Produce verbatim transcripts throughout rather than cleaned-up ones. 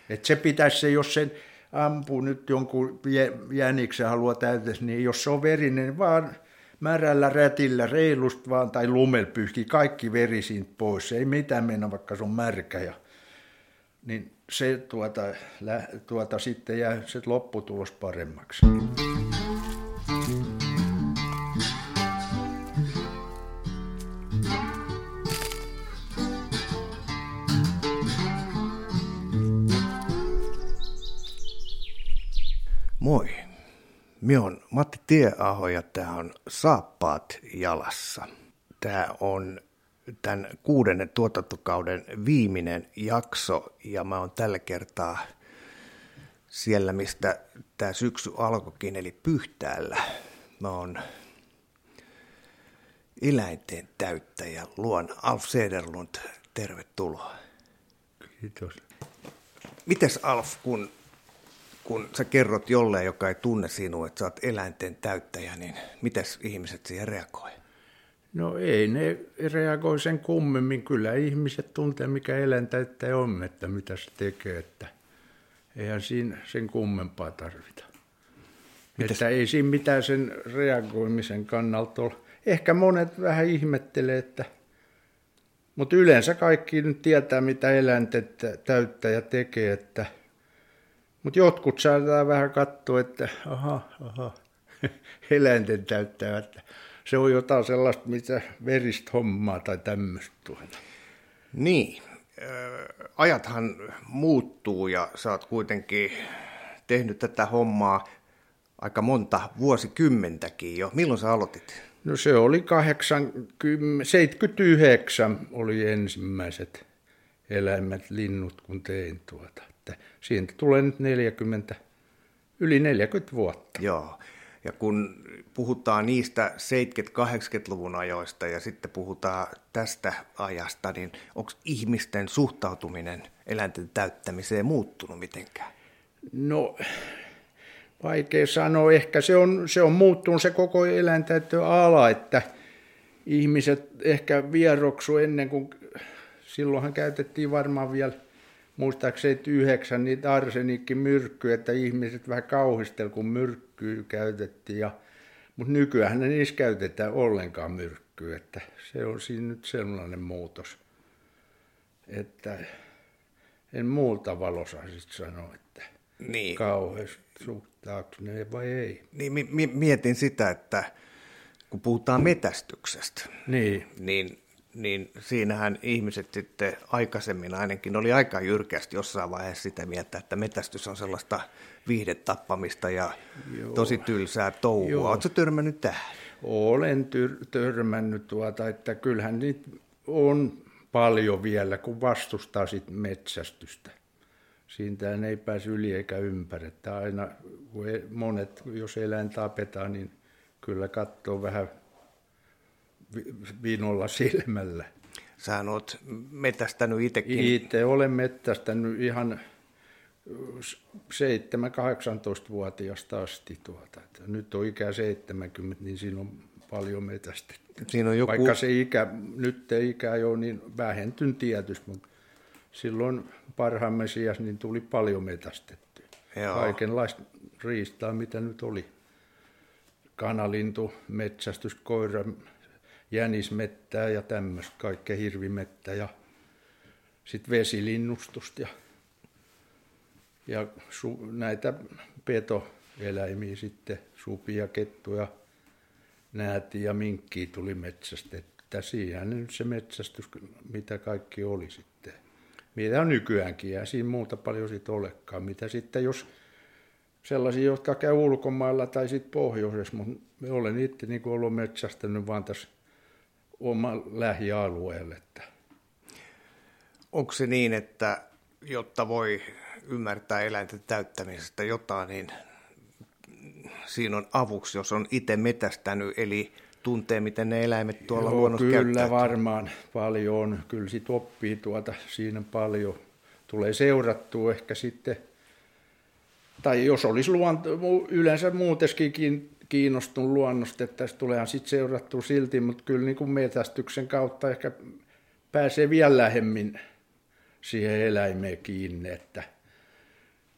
Että se pitäisi se, jos sen ampuu nyt jonkun jäniksen haluaa täytetä, niin jos se on verinen, niin vaan märällä rätillä reilusti vaan tai lumella pyyhkii kaikki veri siitä pois. Se ei mitään mennä, vaikka se on märkä. Ja, niin se tuota, tuota sitten jää se lopputulos paremmaksi. Moi, minä olen Matti Tieaho ja tämä on Saappaat jalassa. Tämä on tämän kuudennen tuotantokauden viimeinen jakso ja mä oon tällä kertaa siellä, mistä tämä syksy alkoikin, eli Pyhtäällä. Mä oon eläinten täyttäjä luon Alf Sederlund, tervetuloa. Kiitos. Mites Alf, kun Kun sä kerrot jolleen, joka ei tunne sinua, että sä oot eläinten täyttäjä, niin mitäs ihmiset siihen reagoi? No ei ne reagoi sen kummemmin. Kyllä ihmiset tuntee, mikä eläintäyttäjä on, että mitä se tekee. Että eihän siinä sen kummempaa tarvita. Mitäs? Että ei siinä mitään sen reagoimisen kannalta ole. Ehkä monet vähän ihmettelee, että mutta yleensä kaikki nyt tietää, mitä eläinten täyttäjä tekee, että mutta jotkut saadaan vähän katsoa, että aha, aha, eläinten täyttää, että se on jotain sellaista, mitä veristä hommaa tai tämmöistä tuota. Niin, ajathan muuttuu ja sä oot kuitenkin tehnyt tätä hommaa aika monta vuosikymmentäkin jo. Milloin sä aloitit? No se oli kahdeksankymmentä, seitsemänkymmentäyhdeksän oli ensimmäiset eläimet, linnut, kun tein tuota. Siitä tulee nyt neljäkymmentä, yli neljäkymmentä vuotta. Joo, ja kun puhutaan niistä seitsemänkymmentä-kahdeksankymmentäluvun ajoista ja sitten puhutaan tästä ajasta, niin onko ihmisten suhtautuminen eläinten täyttämiseen muuttunut mitenkään? No, vaikea sanoa. Ehkä se on, se on muuttunut se koko eläintäyttöala, että ihmiset ehkä vieroksu ennen kuin, silloinhan käytettiin varmaan vielä muistaakseni yhdeksän niitä arseniikkimyrkkyjä, että ihmiset vähän kauhisteli, kun myrkkyä käytettiin. Ja, mutta nykyään niissä käytetään ollenkaan myrkkyä, että se on siinä nyt sellainen muutos. Että en muulta valossa sitten sano, että niin. Kauheasti suhtaako ne vai ei. Niin, mi- mietin sitä, että kun puhutaan metästyksestä, niin, niin niin siinähän ihmiset sitten aikaisemmin ainakin oli aika jyrkästi jossain vaiheessa sitä mieltä, että metästys on sellaista viihdetappamista ja Joo. tosi tylsää touhua. Oletko törmännyt tähän? Olen tyr- törmännyt tuota, että kyllähän niitä on paljon vielä, kun vastustaa sit metsästystä. Siitä ei pääse yli eikä ympäri. Että aina kun monet, jos eläin tapetaan, niin kyllä katsoo vähän vinolla silmällä. Sä oot metästänyt itsekin. Itse olen metästänyt ihan seitsemän-kahdeksantoista-vuotiaasta asti. Tuota. Nyt on ikä seitsemänkymmentä, niin siinä on paljon metästetty. Siinä on joku... Vaikka se ikä, nyt ei ikä ei ole niin vähentynyt tietysti, mutta silloin parhaimmassa iässä niin tuli paljon metästettyä. Joo. Kaikenlaista riistaa, mitä nyt oli. Kanalintu, metsästys, koira, jänismettää ja tämmöistä, kaikkea hirvimettä ja sitten vesilinnustusta ja, ja su, näitä petoeläimiä sitten, supia, kettuja, näätiä ja minkkiä tuli metsästettä. Siihen nyt se metsästys, mitä kaikki oli sitten. Mitä on nykyäänkin, ja siinä muuta paljon sitten olekaan. Mitä sitten, jos sellaisia, jotka käy ulkomailla tai sitten pohjoisessa, mutta me olen itse niin ollut metsästänyt vaan tässä oman lähialueelle. Onko se niin, että jotta voi ymmärtää eläinten täyttämisestä jotain, niin siinä on avuksi, jos on itse metästänyt, eli tuntee, miten ne eläimet tuolla Joo, luonnossa kyllä käyttäytyy? Kyllä varmaan paljon on. Kyllä sit oppii tuota siinä paljon. Tulee seurattua ehkä sitten, tai jos olisi luonto, yleensä muutenkin kiinnostunut luonnosta, että tässä tuleehan sitten seurattua silti, mutta kyllä niin kuin metästyksen kautta ehkä pääsee vielä lähemmin siihen eläimeen kiinni, että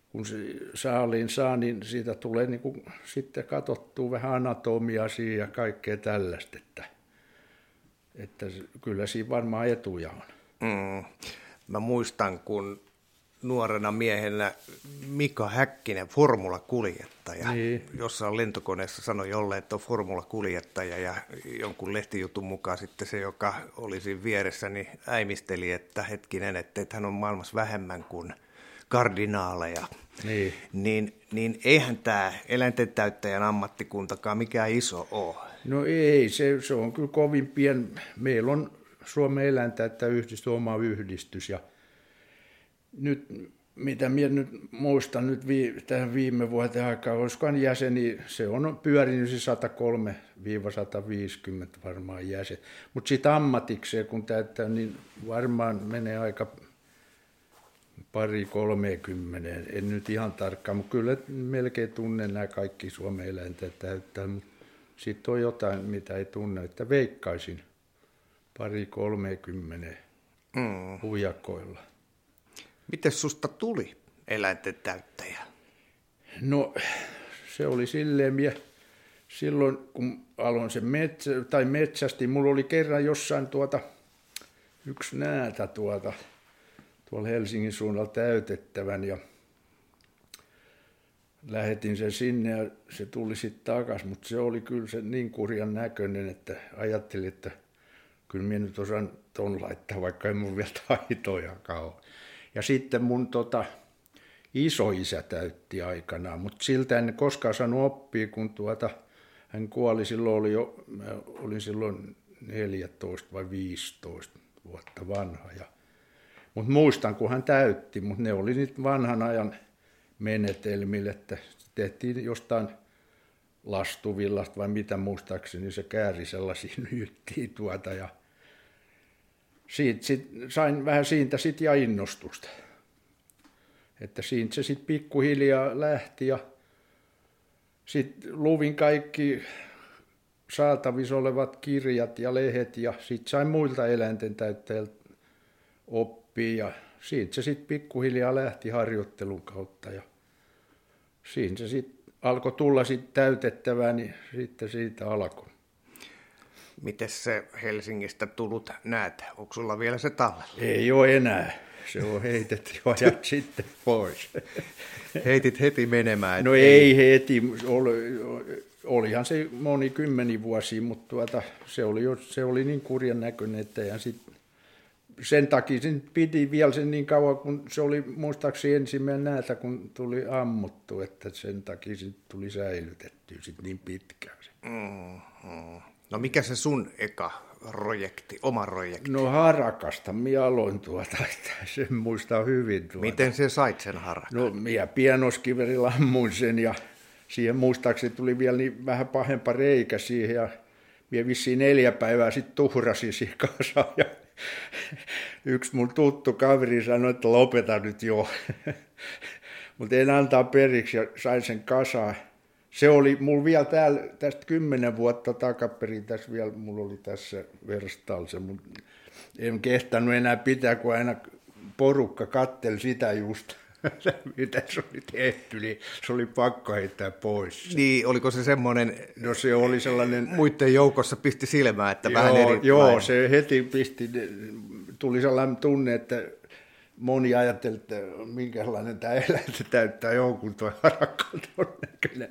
kun se saaliin saa, niin siitä tulee niin kuin sitten katsottua vähän anatomiaa siihen ja kaikkea tällaista, että, että kyllä siinä varmaan etuja on. Mm. Mä muistan, kun nuorena miehenä Mika Häkkinen, formulakuljettaja, niin. Jossain lentokoneessa sanoi jolle, että on formulakuljettaja, ja jonkun lehtijutun mukaan sitten se, joka oli siinä vieressä, niin äimisteli, että hetkinen, että hän on maailmassa vähemmän kuin kardinaaleja. Niin. Niin, niin eihän tämä eläinten täyttäjän ammattikuntakaan mikään iso ole. No ei, se, se on kyllä kovin pien. Meillä on Suomen eläintäyttäjäyhdistys, oma yhdistys, ja nyt, mitä minä nyt muistan nyt vi, tähän viime vuoteen aikaan, olisikohan jäseni, se on pyörinyt se sata kolme sata viisikymmentä varmaan jäsen. Mutta sitten ammatikseen, kun täyttää, niin varmaan menee aika pari kolmekymmeneen, en nyt ihan tarkkaan, mutta kyllä melkein tunnen nämä kaikki Suomen eläintä täyttää, mutta sitten on jotain, mitä ei tunne, että veikkaisin pari kolmekymmeneen mm. hujakoilla. Miten susta tuli eläinten täyttäjä? No se oli silleen, minä silloin kun aloin sen metsä, tai metsästi, mulla oli kerran jossain tuota, yksi näätä tuota, tuolla Helsingin suunnalla täytettävän, ja lähetin sen sinne ja se tuli sitten takaisin, mutta se oli kyllä se niin kurjan näköinen, että ajattelin, että kyllä minä nyt osaan ton laittaa, vaikka ei mun vielä taitojakaan ole. Ja sitten mun tota, isoisä täytti aikanaan, mutta siltä en koskaan saanut oppia, kun tuota, hän kuoli silloin, oli jo, mä olin silloin neljätoista vai viisitoista vuotta vanha. Ja, mutta muistan, kun hän täytti, mutta ne oli nyt vanhan ajan menetelmillä, että tehtiin jostain lastuvillasta vai mitä muistaakseni, se kääri sellaisia nyyttiin tuota ja siitä sit, sain vähän siitä sit ja innostusta. Että siitä se sitten pikkuhiljaa lähti ja sitten luvin kaikki saatavissa olevat kirjat ja lehdet ja sitten sain muilta eläinten täyttäjiltä oppia ja siitä se sitten pikkuhiljaa lähti harjoittelun kautta ja siinä se sitten alkoi tulla sitten täytettävää, niin sitten siitä alkoi. Miten se Helsingistä tullut näätä? Onko sulla vielä se tallella? Ei ole enää. Se on heitetty jo ja sitten pois. Heitit heti menemään? No ei, ei heti. Oli, olihan se moni kymmeni vuosia, mutta tuota, se, oli jo, se oli niin kurjan näköinen, että ja sit, sen takia sen piti vielä sen niin kauan, kun se oli muistaakseni ensimmäinen näätä, kun tuli ammuttu, että sen takia se tuli säilytettyä sit niin pitkään. Mm-hmm. No mikä se sun eka projekti, oma projekti? No harakasta minä aloin tuota, että sen muistaa hyvin. Tuota. Miten se sait sen harakan? No minä pienoskiverilla ammuin sen ja siihen muistaakseni tuli vielä niin vähän pahempa reikä siihen ja minä vissiin neljä päivää sitten tuhrasin siihen kasaan ja yksi mun tuttu kaveri sanoi, että lopeta nyt jo, mutta en antaa periksi ja sain sen kasaan. Se oli mulla vielä täällä tästä kymmenen vuotta takaperin, tässä vielä mulla oli tässä verstalse, mutta en kehtannut enää pitää, kun aina porukka katteli sitä just, mitä se oli tehty, niin se oli pakko heittää pois. Niin, oliko se semmoinen, no se oli sellainen, muiden joukossa pisti silmään, että joo, vähän eri? Joo, se heti pisti, tuli sellainen tunne, että moni ajatteli, että minkälainen tämä eläintä täyttää jonkun tuo harakka tuon näköinen.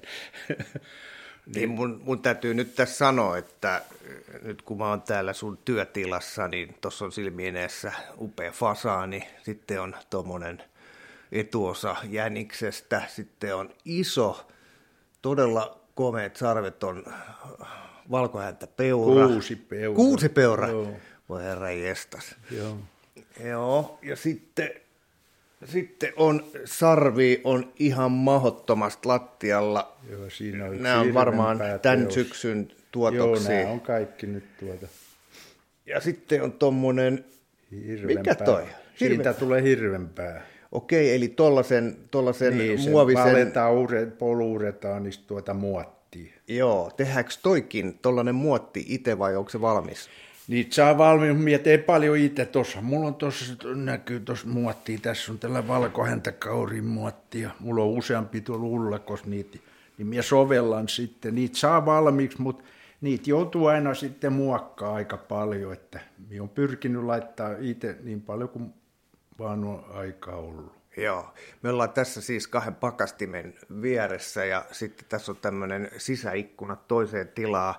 Niin mun, mun täytyy nyt tässä sanoa, että nyt kun mä oon täällä sun työtilassa, niin tuossa on silmien eessä upea fasaani, sitten on tuommoinen etuosa jäniksestä, sitten on iso, todella komeat sarvet on valkohäntäpeura. Kuusipeura. Kuusipeura. Joo. Voi herra jestas. Joo. Joo, ja sitten, sitten on sarvi on ihan mahdottomasti lattialla. Joo, siinä on nämä on varmaan tämän syksyn tuotoksia. Joo, nämä on kaikki nyt tuota. Ja sitten on tommonen, mikä toi? Hirven... Siitä tulee hirvenpää. Okei, eli tollasen, tollasen niin, muovisen... Niin, se poluuretaanista tuota muottia. Joo, tehdäänkö toikin tollainen muotti itse vai onko se valmis? Niitä saa valmiin, mutta minä teen paljon itse tuossa. Mulla on tuossa, näkyy tuossa muottia, tässä on tällä valkohäntäkaurin muotti ja mulla on useampi tuolla ullakos niitä, niin minä sovellan sitten. Niitä saa valmiiksi, mutta niitä joutuu aina sitten muokkaa aika paljon, että minä olen pyrkinyt laittaa itse niin paljon kuin vaan on aikaa ollut. Joo, me ollaan tässä siis kahden pakastimen vieressä ja sitten tässä on tämmöinen sisäikkuna toiseen tilaan.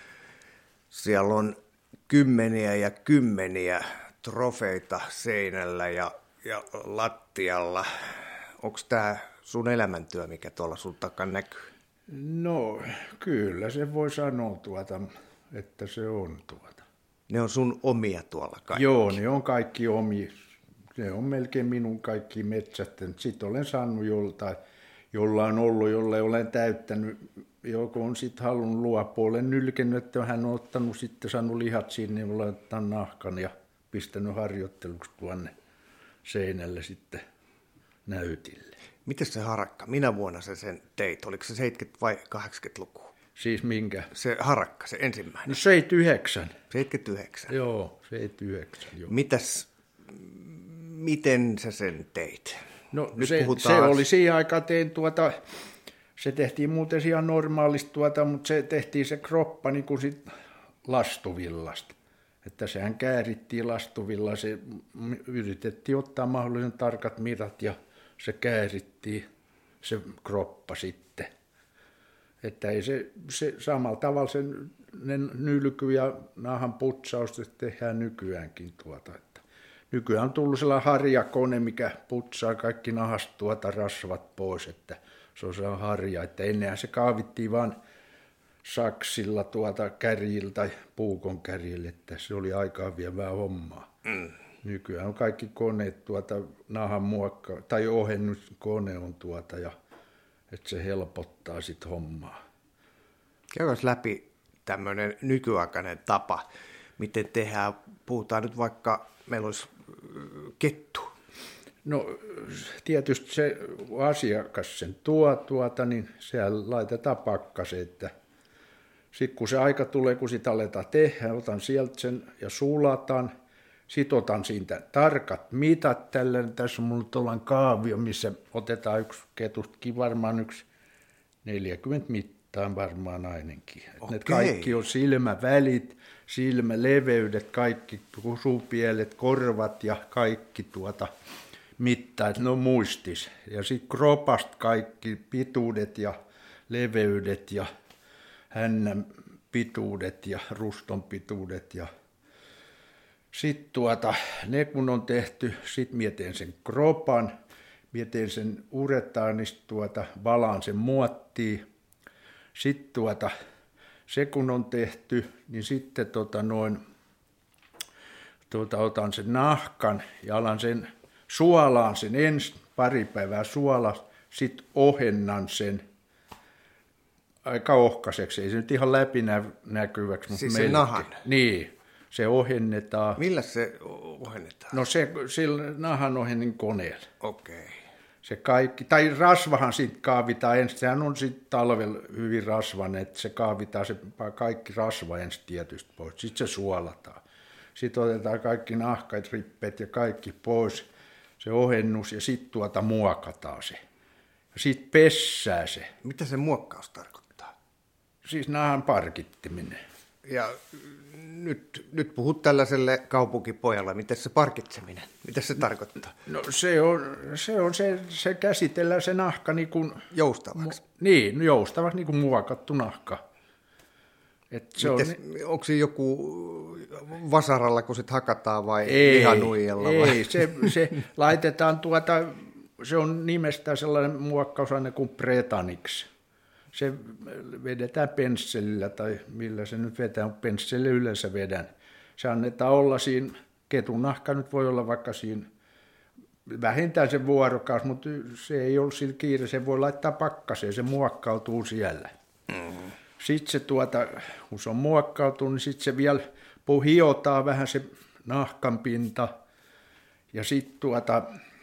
Siellä on kymmeniä ja kymmeniä trofeita seinällä ja, ja lattialla. Onko tämä sun elämäntyö, mikä tuolla sun takana näkyy? No kyllä se voi sanoa tuota, että se on tuota. Ne on sun omia tuolla kaikki? Joo, ne on kaikki omia. Ne on melkein minun kaikki metsät. Sitten olen saanut joltain, jolla on ollut, jolle olen täyttänyt. Joku on sitten halunnut luopua. Olen nylkennyt, että hän on ottanut sitten, saanut lihat sinne, olen ottanut nahkan ja pistänyt harjoitteluksi tuonne seinälle sitten näytille. Miten se harakka? Minä vuonna se sen teit? Oliko se seitsemänkymmentä- vai kahdeksankymmentäluku? Siis minkä? Se harakka, se ensimmäinen. No seitsemänkymmentäyhdeksän. seitsemänkymmentäyhdeksän? Joo, seitsemänkymmentäyhdeksän. Joo. Mitäs, miten sä sen teit? No Nyt se, puhutaan... se oli siihen aikaan tein tuota, se tehtiin muuten ihan normaalisti tuota, mutta se tehtiin se kroppa niin kuin sit lastuvillasta. Että sehän käärittiin lastuvilla, se yritettiin ottaa mahdollisen tarkat mitat ja se käärittiin se kroppa sitten. Että ei se, se samalla tavalla sen ne nylky ja nahan putsaus tehdään nykyäänkin tuota. Että nykyään on tullut sellainen harjakone, mikä putsaa kaikki nahasta tuota rasvat pois, että se on sellainen harja, että ennenhän se kaavittiin vaan saksilla tuota kärjillä tai puukon kärjillä, että se oli aikaa vievää hommaa. Mm. Nykyään on kaikki koneet tuota nahan muokka tai ohennuskone on tuota ja että se helpottaa sit hommaa. Käydään läpi tämmöinen nykyaikainen tapa, miten tehdään, puhutaan nyt vaikka, meillä olisi kettu. No tietysti se asiakas sen tuo tuota, niin siellä laitetaan pakkaseen, että sitten kun se aika tulee, kun sitä aletaan tehdä, otan sieltä sen ja sulataan, sitten otan siitä tarkat mitat tällä. Tässä on mulla tuollainen kaavio, missä otetaan yksi ketustakin varmaan yksi neljäkymmentä mittaan varmaan ainakin. Ne kaikki on silmävälit, silmäleveydet, kaikki suupielet, korvat ja kaikki tuota mittaa, että ne on muistis. Ja sitten kropasta kaikki pituudet ja leveydet ja hännän pituudet ja ruston pituudet ja sitten tuota, ne kun on tehty, sitten mietin sen kropan, mietin sen uretaanista tuota, valaan sen muottiin. Sitten tuota, se kun on tehty, niin sitten tota noin, tuota, otan sen nahkan ja alan sen suolaan sen ensin pari päivää suolasta, sitten ohennan sen aika ohkaiseksi, ei se nyt ihan läpinäkyväksi. Siis sen nahan? Niin. Se ohennetaan. Millä se ohennetaan? No se sillä nahan ohennin koneella. Okei. Okay. Se kaikki, tai rasvahan sitten kaavitaan ensin, sehän on sitten talvella hyvin rasvainen, että se kaavitaan se kaikki rasva ensin tietysti pois, sitten se suolataan. Sitten otetaan kaikki nahkat, rippeet ja kaikki pois, se ohennus ja sitten tuota muokataan se. Ja sitten pessää se. Mitä se muokkaus tarkoittaa? Siis nahan parkittiminen. Ja nyt, nyt puhut tällaiselle kaupunkipojalle, miten se parkitseminen, mitä se tarkoittaa? No se on se, on se, se käsitellään se nahka niin kuin... Joustavaksi? Mu, niin, joustavaksi niin kuin muokattu nahka. Et se Mites, on, onko se joku vasaralla, kun sit hakataan vai ei, lihanuijalla? Ei, vai? se, se laitetaan tuota, se on nimestään sellainen muokkausaine kuin pretaniksi. Se vedetään pensselillä tai millä se nyt vetää, pensseli yleensä vedän. Se annetaan olla siinä, ketunahka nyt voi olla vaikka siinä vähintään se vuorokaus, mutta se ei ole sillä kiire, se voi laittaa pakkaseen, se muokkautuu siellä. Mm-hmm. Sitten se tuota, kun se on muokkautunut, niin sitten se vielä hiotaan vähän se nahkan pinta ja sitten tuota,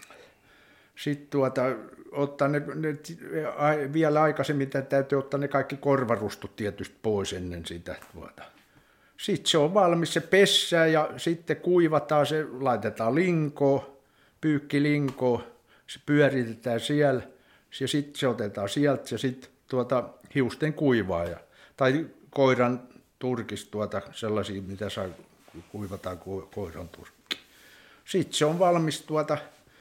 sit tuota ottaa ne, ne, vielä aikaisemmin täytyy ottaa ne kaikki korvarustut tietysti pois ennen sitä. Tuota. Sitten se on valmis, se pessää ja sitten kuivataan, se laitetaan linkoon, pyykkilinkoon, se pyöritetään siellä ja sitten se otetaan sieltä ja sitten tuota hiusten kuivaaja. Tai koiran turkis tuota sellaisia, mitä saa kuivataan ko- koiran turkki. Sitten se on valmis tuota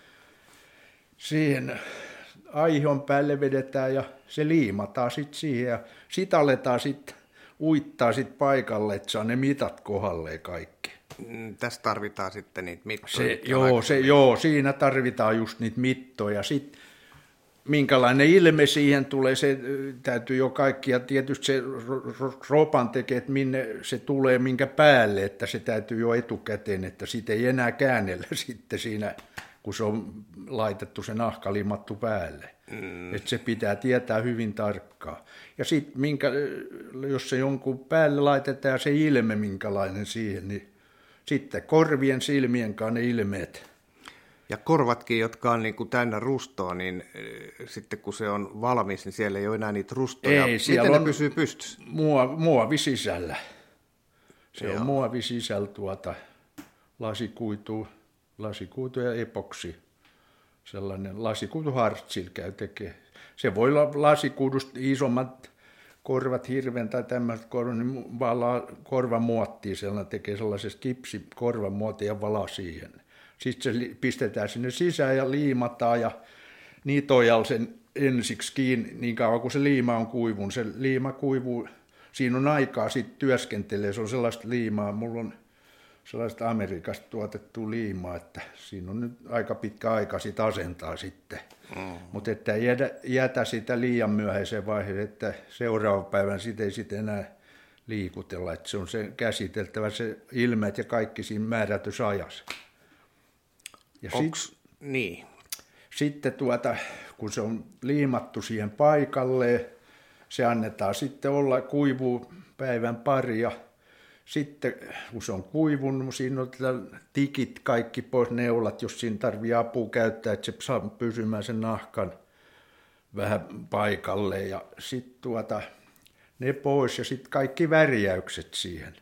siihen aihon päälle vedetään ja se liimataan sitten siihen ja sit aletaan sitten uittaa sit paikalle, että saa ne mitat kohdalleen kaikki. Mm, tässä tarvitaan sitten niitä mittoja. Se, joo, se, joo, siinä tarvitaan just niitä mittoja. Sitten minkälainen ilme siihen tulee, se täytyy jo kaikki, ja tietysti se ropan tekee, että minne se tulee, minkä päälle, että se täytyy jo etukäteen, että sitä ei enää käännellä sitten siinä, kun se on laitettu se nahka limattu päälle. Mm. Että se pitää tietää hyvin tarkkaan. Ja sitten jos se jonkun päälle laitetaan se ilme minkälainen siihen, niin sitten korvien silmien kanssa ne ilmeet. Ja korvatkin, jotka on niin kuin täynnä rustoa, niin sitten kun se on valmis, niin siellä ei ole enää niitä rustoja. Ei, miten ne pysyy pystyssä? Muovi, muovi sisällä. Se Joo. on muovi sisällä tuota lasikuitu, lasikuitu ja epoksi. Sellainen lasikuitu hartsil käy tekee. Se voi olla lasikuidusta isommat korvat, hirven tai tämmöiset korvat, niin valaa korvamuottia, sellainen tekee sellaisesta kipsikorvamuotia ja valaa siihen. Sitten se pistetään sinne sisään ja liimataan ja niitojalla sen ensiksi kiinni niin kauan kuin se liima on kuivun. Se liima kuivuu, siinä on aikaa sitten työskentelee, se on sellaista liimaa, mulla on sellaista Amerikasta tuotettua liimaa, että siinä on nyt aika pitkä aika sitä asentaa sitten. Mm. Mutta että ei jätä, jätä sitä liian myöhäiseen vaiheeseen, että seuraavan päivän sitä ei sitten enää liikutella, että se on se käsiteltävä se ilmeet ja kaikki siinä määrätyssä ajassa. Ja Onks, sit, niin. sitten tuota, kun se on liimattu siihen paikalleen, se annetaan sitten olla kuivuu päivän pari ja sitten kun se on kuivunut, siinä on tikit kaikki pois, neulat, jos siinä tarvitsee apua käyttää, että se saa pysymään sen nahkan vähän paikalle ja sitten tuota, ne pois ja sitten kaikki värjäykset siihen.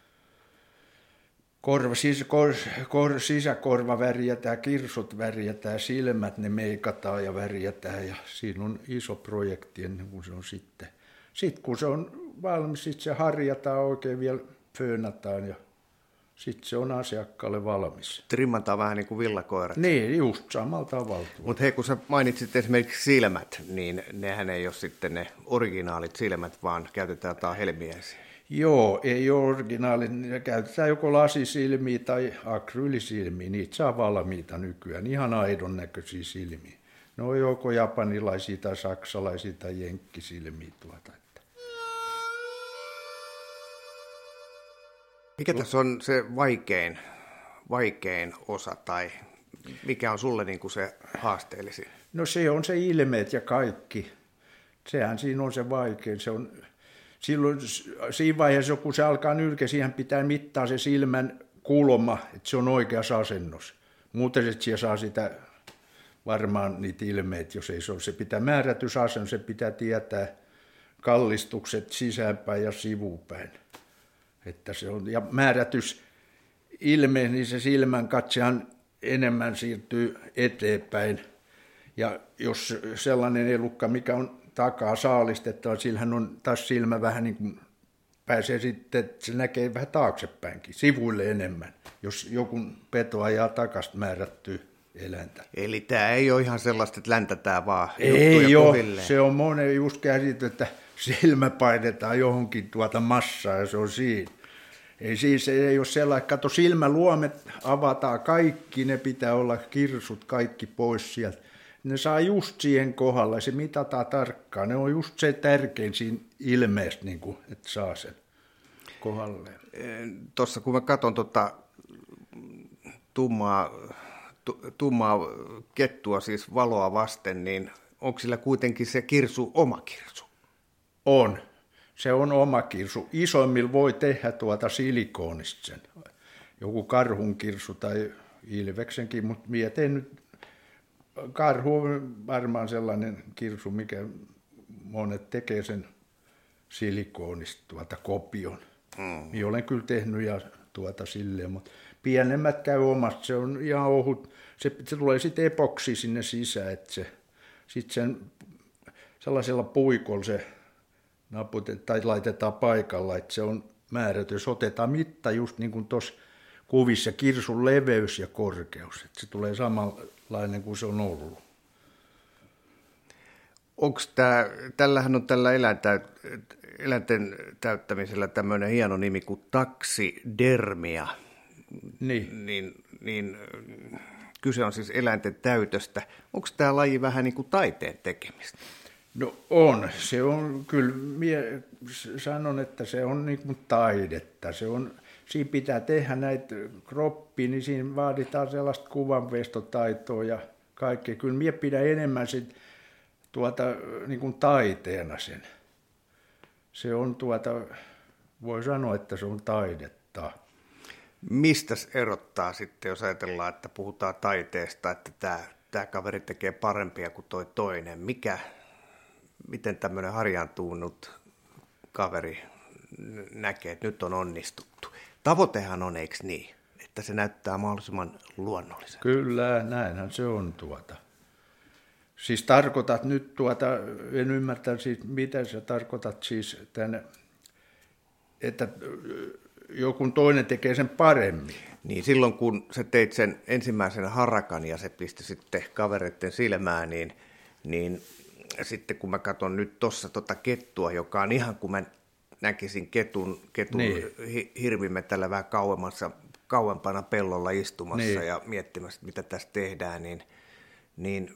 Korva, sis, kor, kor, sisäkorva värjätään, kirsut värjätään, silmät ne meikataan ja värjätään ja siinä on iso projekti ennen kuin se on sitten. Sitten kun se on valmis, sitten se harjataan oikein vielä, föönataan ja sitten se on asiakkaalle valmis. Trimmataan vähän niin kuin villakoirat. Niin, just samalla tavalla. Mutta hei, kun sä mainitsit esimerkiksi silmät, niin nehän ei ole sitten ne originaalit silmät, vaan käytetään jotain helmiäisiä. Joo, ei ole originaalit. Käytetään joko lasisilmiä tai akryylisilmiä. Niitä saa valmiita nykyään. Ihan aidon näköisiä silmiä. Ne on joko japanilaisia tai saksalaisia tai jenkkisilmiä tuota. Mikä tässä on se vaikein, vaikein osa tai mikä on sulle niin kuin se haasteellisi? No se on se ilmeet ja kaikki. Sehän siinä on se vaikein. Se on, silloin siinä vaiheessa, kun se alkaa nylkeä, siihen pitää mittaa se silmän kulma, että se on oikeassa asennossa. Muuten että siellä saa sitä varmaan niitä ilmeet, jos ei se ole. Se pitää määrätysasennus, se pitää tietää kallistukset sisäänpäin ja sivupäin. Että se on, ja määrätys ilme, niin se silmän katsehan enemmän siirtyy eteenpäin. Ja jos sellainen elukka, mikä on takaa saalistettava, sillähän on taas silmä vähän niin kuin pääsee sitten, että se näkee vähän taaksepäinkin, sivuille enemmän, jos joku peto ajaa takasta määrättyä eläintä. Eli tämä ei ole ihan sellaista, että läntätään vaan ei ole, se on monen just käsity, että silmä painetaan johonkin tuota massaa ja se on siinä. Ei siis ei ole sellainen, kato silmäluomet avataan kaikki, ne pitää olla kirsut kaikki pois sieltä. Ne saa just siihen kohdalle, se mitataan tarkkaan. Ne on just se tärkein siinä ilmeestä, niin kuin, että saa sen kohdalleen. Tuossa kun mä katson tuota tummaa, tummaa kettua, siis valoa vasten, niin onko sillä kuitenkin se kirsu oma kirsu? On. Se on oma kirsu. Isoimmilla voi tehdä tuota silikoonista sen. Joku karhun kirsu tai ilveksenkin, mutta minä teen nyt karhu on varmaan sellainen kirsu, mikä monet tekee sen silikoonista tuota kopion. Mm. Minä olen kyllä tehnyt ja tuota silleen, mutta pienemmät käy omasta. Se on ihan ohut. Se, se tulee sitten epoksi sinne sisään, että se sitten sen sellaisella puikolla se naputetaan tai laitetaan paikalla, että se on määrätty. Jos otetaan mitta just niin kuin tuossa kuvissa, kirsun leveys ja korkeus, että se tulee samanlainen kuin se on ollut. Onko tämä, tällähän on tällä eläintäyt, eläinten täyttämisellä tämmöinen hieno nimi kuin taksidermia, niin. Niin, niin kyse on siis eläinten täytöstä. Onko tämä laji vähän niin kuin taiteen tekemistä? No on, se on kyllä, mie sanon, että se on niin kuin taidetta, se on, siinä pitää tehdä näitä kroppia, niin siinä vaaditaan sellaista kuvanvestotaitoa ja kaikkea. Kyllä mie pidän enemmän sit tuota niin kuin taiteena sen. Se on tuota, voi sanoa, että se on taidetta. Mistä erottaa sitten, jos ajatellaan, että puhutaan taiteesta, että tämä, tämä kaveri tekee parempia kuin toi toinen? Mikä, miten tämmöinen harjaantunut kaveri näkee, että nyt on onnistuttu? Tavoitehan on, eikö niin, että se näyttää mahdollisimman luonnolliselta? Kyllä, näinhän se on tuota. Siis tarkoitat nyt tuota, en ymmärtä siis, mitä sä tarkoitat siis tänne, että joku toinen tekee sen paremmin. Niin silloin kun sä teit sen ensimmäisen harakan ja se pisti sitten kavereiden silmään, niin, niin sitten kun mä katson nyt tuossa tota kettua, joka on ihan kuin mä näkisin ketun, ketun niin. hi, hirvimetällä vähän kauemmassa, kauempana pellolla istumassa niin. ja miettimässä, mitä tässä tehdään, niin, niin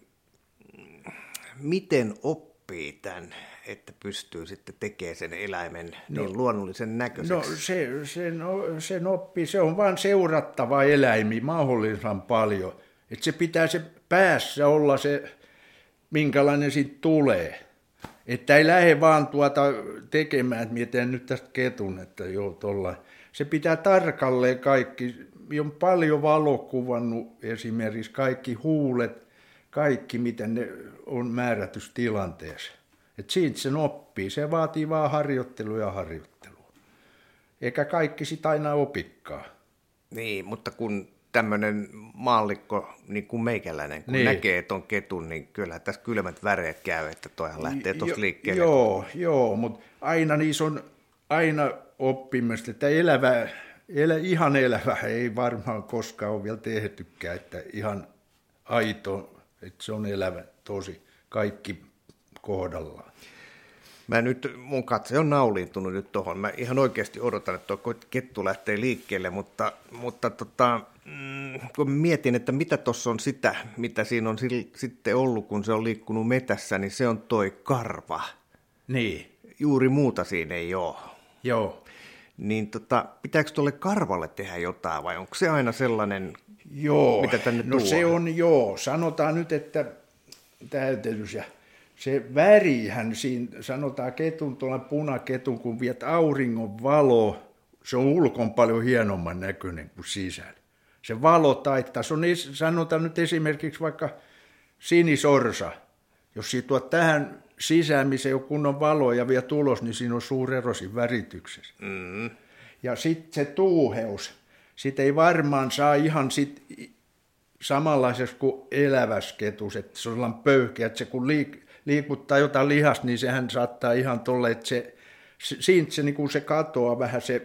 miten oppii tämän, että pystyy sitten tekemään sen eläimen no, niin luonnollisen näköiseksi? No se, sen, sen oppii, se on vain seurattava eläimi mahdollisimman paljon. Että se pitää se päässä olla se, minkälainen siitä tulee. Että ei lähde vaan tuota tekemään, että mietin nyt tästä ketun, että joo tolla. Se pitää tarkalleen kaikki, on paljon valokuvannut esimerkiksi kaikki huulet, kaikki miten ne on määrätyssä tilanteessa. Että siitä sen oppii, se vaatii vaan harjoittelua ja harjoittelua. Eikä kaikki sitä aina opikkaa. Niin, mutta kun tämmöinen maallikko, niin kuin meikäläinen, kun niin. näkee ton ketun, niin kyllä tässä kylmät väreet käy, että toihan lähtee tuosta liikkeelle. Joo, joo, mutta aina niissä on aina oppimista, että elävä, elä, ihan elävä ei varmaan koskaan ole vielä tehtykään, että ihan aito, että se on elävä tosi, kaikki kohdallaan. Mä nyt, mun katse on nauliintunut nyt tuohon. Mä ihan oikeasti odotan, että tuo kettu lähtee liikkeelle, mutta, mutta tota, mm, kun mietin, että mitä tuossa on sitä, mitä siinä on sil, sitten ollut, kun se on liikkunut metässä, niin se on toi karva. Niin. Juuri muuta siinä ei ole. Joo. Niin tota, pitääkö tuolle karvalle tehdä jotain vai onko se aina sellainen, joo. mitä tänne no tuo? se on joo. Sanotaan nyt, että täytelyys ja se värihän siinä, sanotaan ketun, tuolla punaketun, kun viet auringon valo, se on ulkon paljon hienomman näköinen kuin sisällä. Se valo taittaa, se on, sanotaan nyt esimerkiksi vaikka sinisorsa, jos siitä tuot tähän sisään, missä ei ole kunnon valo ja vie tulos, niin siinä on suuri ero siinä värityksessä. Mm. Ja sitten se tuuheus, sitä ei varmaan saa ihan sit samanlaisessa kuin elävässä ketus, että se on sellainen pöyhkeä, että se kun liik- liikuttaa jotain lihasta, niin sehän saattaa ihan tolle, että se, se, siitä se, niin kuin se katoaa vähän se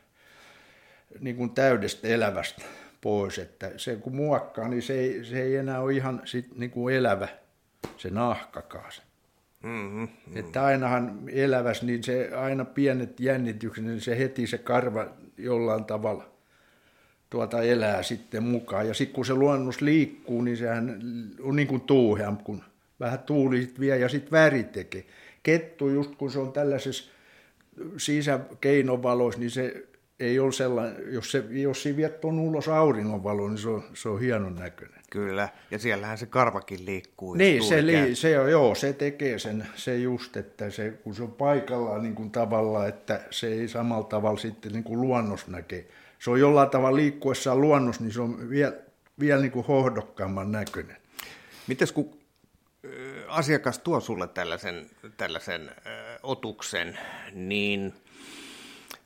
niin kuin täydestä elävästä pois, että se kun muokkaa, niin se ei, se ei enää ole ihan sit, niin kuin elävä se nahkakaan. Mm-hmm, mm-hmm. Että ainahan elävässä, niin se aina pienet jännitykset, niin se heti se karva jollain tavalla tuota elää sitten mukaan. Ja sitten kun se luonnos liikkuu, niin sehän on niin kuin tuuheampi, kun vähän tuuli sit vie ja sitten väri tekee. Kettu just kun se on tällaisessa sisäkeinovaloissa, niin se ei ole sellainen, jos, se, jos se viet tuon ulos auringonvaloon, niin se on, se on hienon näköinen. Kyllä, ja siellähän se karvakin liikkuu. Niin, se, li, se, joo, se tekee sen, se just, että se, kun se on paikallaan niin kuin tavallaan, että se ei samalla tavalla sitten niin kuin luonnos näkee. Se on jollain tavalla liikkuessaan luonnos, niin se on vielä, vielä niin kuin hohdokkaamman näköinen. Mites kun asiakas tuo sulle tällaisen, tällaisen ö, otuksen, niin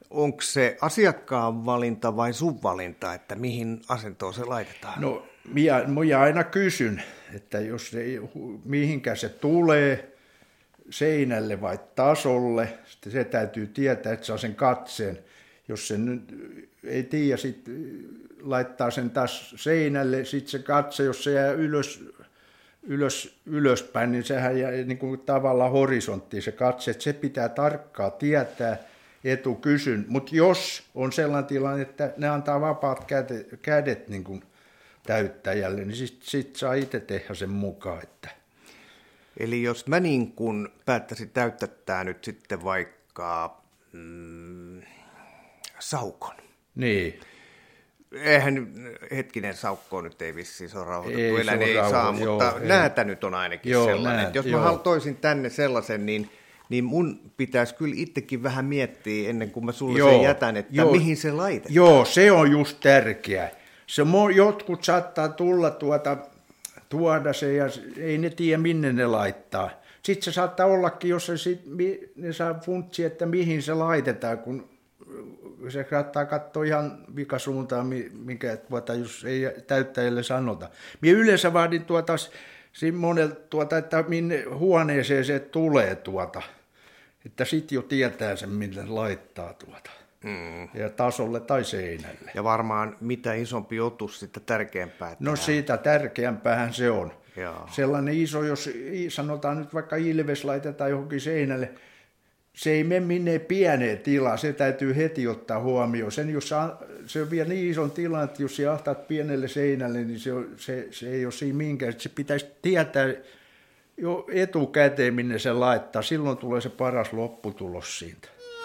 onko se asiakkaan valinta vai sun valinta, että mihin asentoon se laitetaan? No, minä, minä aina kysyn, että jos se, mihinkä se tulee, seinälle vai tasolle, sitten se täytyy tietää, että saa sen katseen. Jos se nyt ei tiedä, sitten laittaa sen taas seinälle, sitten se katse, jos se jää ylös, ylös, ylöspäin, niin sehän jää niin kuin tavallaan horisonttiin se katse, että se pitää tarkkaan tietää etukysyn. Mutta jos on sellainen tilanne, että ne antaa vapaat kädet, kädet niin kuin täyttäjälle, niin sitten sit saa itse tehdä sen mukaan. Että. Eli jos mä niin kun päättäisin täyttää nyt sitten vaikka mm, saukon. Niin. Eihän hetkinen saukko nyt ei vissiin, se on rauhoitettu, ei, eläin ei rauho, saa, joo, mutta ei. näätä nyt on ainakin joo, sellainen. Näet, jos joo. mä toisin tänne sellaisen, niin, niin mun pitäisi kyllä itsekin vähän miettiä ennen kuin mä sulle joo, sen jätän, että joo, mihin se laitetaan. Joo, se on just tärkeää. Se, jotkut saattaa tulla tuota, tuoda se ja ei ne tiedä minne ne laittaa. Sitten se saattaa ollakin, jos se sit, ne saa funtsia, että mihin se laitetaan, kun se saattaa katsoa ihan vikasuuntaan, mikä tuota, jos ei täyttäjälle sanota. Minä yleensä vaadin tuota, monelta, tuota, että minne huoneeseen se tulee, tuota, että sitten jo tietää sen, millä laittaa tuota. Mm. Ja tasolle tai seinälle. Ja varmaan mitä isompi otus, sitä tärkeämpää. No siitä tärkeämpäähän se on. Jaa. Sellainen iso, jos sanotaan nyt vaikka ilves laitetaan johonkin seinälle, se ei mene minne pieneen tilaan, se täytyy heti ottaa huomioon. Sen, jos se on vielä niin ison tilan, että jos se ahtaat pienelle seinälle, niin se, on, se, se ei ole siinä minkään. Se pitäisi tietää jo etukäteen, minne se laittaa. Silloin tulee se paras lopputulos siitä.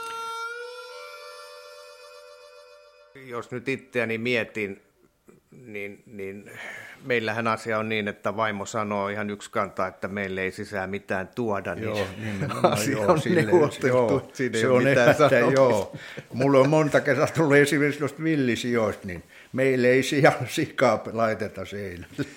Jos nyt itseäni mietin, niin, niin meillähän asia on niin, että vaimo sanoo ihan yksi kantaa, että meille ei sisään mitään tuoda, niin joo, asia joo, on neuvoteltu, siinä se ei ole on mitään että, sanomista. Joo. Mulla on monta kertaa tullut esimerkiksi noista villisijoista, niin meille ei sijaan sikaa laiteta seinälle.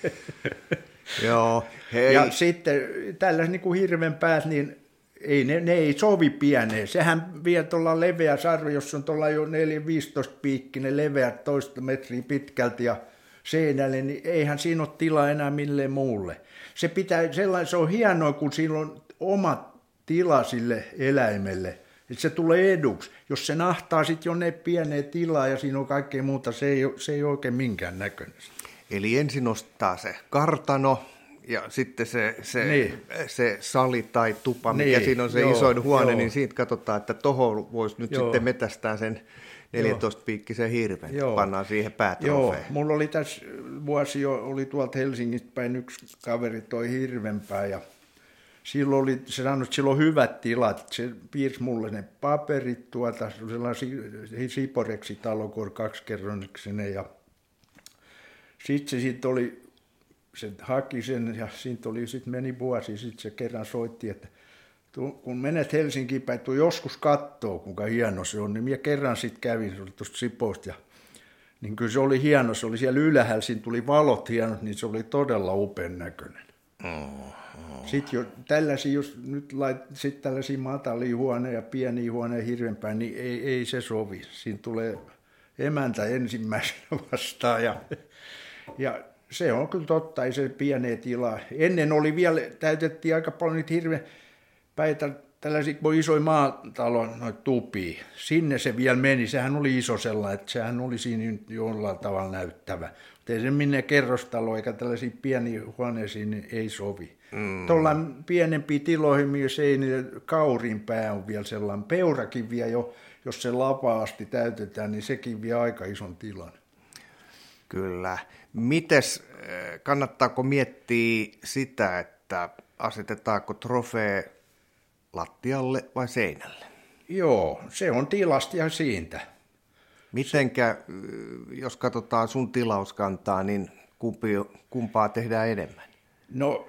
Joo, hei. Ja sitten tällaiset niin kuin hirvenpäät, niin ei, ne, ne ei sovi pieneen. Sehän vie tuolla leveä sarvi, jos on tuolla jo neljä viisitoista piikkinen leveä toista metriä pitkälti ja seinälle, niin eihän siinä ole tilaa enää milleen muulle. Se, pitää, sellainen, se on hienoa, kun siinä on oma tila sille eläimelle, että se tulee eduksi. Jos se nahtaa sitten jonne pieneen tilaa ja siinä on kaikkea muuta, se ei, se ei ole oikein minkään näköinen. Eli ensin ostaa se kartano. Ja sitten se, se, niin. se sali tai tupa, mikä niin, siinä on se joo, isoin huone, joo. niin siitä katsotaan, että tohon voisi nyt joo. sitten metästää sen neljätoista-piikkisen hirven, joo. pannaan siihen päätrofeen. Joo, mulla oli tässä vuosi jo, oli tuolta Helsingistä päin yksi kaveri toi hirvenpää ja silloin oli, se sanoi, että sillä on hyvät tilat, se piirsi mulle ne paperit tuolta, sellainen Siporeksi-talokor kaksikerroksinen ja sitten se sitten oli, se haki sen ja siitä oli, sitten meni vuosi, sitten se kerran soitti, että kun menet Helsinkiin päin, tuu joskus kattoo, kuinka hieno se on, niin minä kerran sitten kävin, se oli tuosta Siposta ja niin kyllä se oli hieno, se oli siellä ylhäällä, siinä tuli valot hienot, niin se oli todella upean näköinen. Oh, oh. Sitten jo tällaisia, jos nyt lait, sit tällaisia matalia huoneja ja pieniä huoneja hirveämpään, niin ei, ei se sovi. Siinä tulee emäntä ensimmäisenä vastaan ja, ja se on kyllä totta, ei se pienee tilaa. Ennen oli vielä, täytettiin aika paljon niitä hirveän päitä, tällaisia isoja maatalon noita tupia. Sinne se vielä meni, sehän oli iso sellainen, että sehän oli siinä jollain tavalla näyttävä. Mutta ei se minne kerrostalo eikä tällaisia pieniä huoneisiin, niin ei sovi. Mm. Tuolla pienempiin tiloihin myös ei, niin kaurin pää on vielä sellainen. Peurakin vielä jo, jos se lapaasti täytetään, niin sekin vie aika ison tilan. Kyllä. Mites, kannattaako miettiä sitä, että asetetaanko trofee lattialle vai seinälle? Joo, se on tilasta ja siitä. Mitenkä, jos katsotaan sun tilauskantaa, niin kumpi, kumpaa tehdään enemmän? No,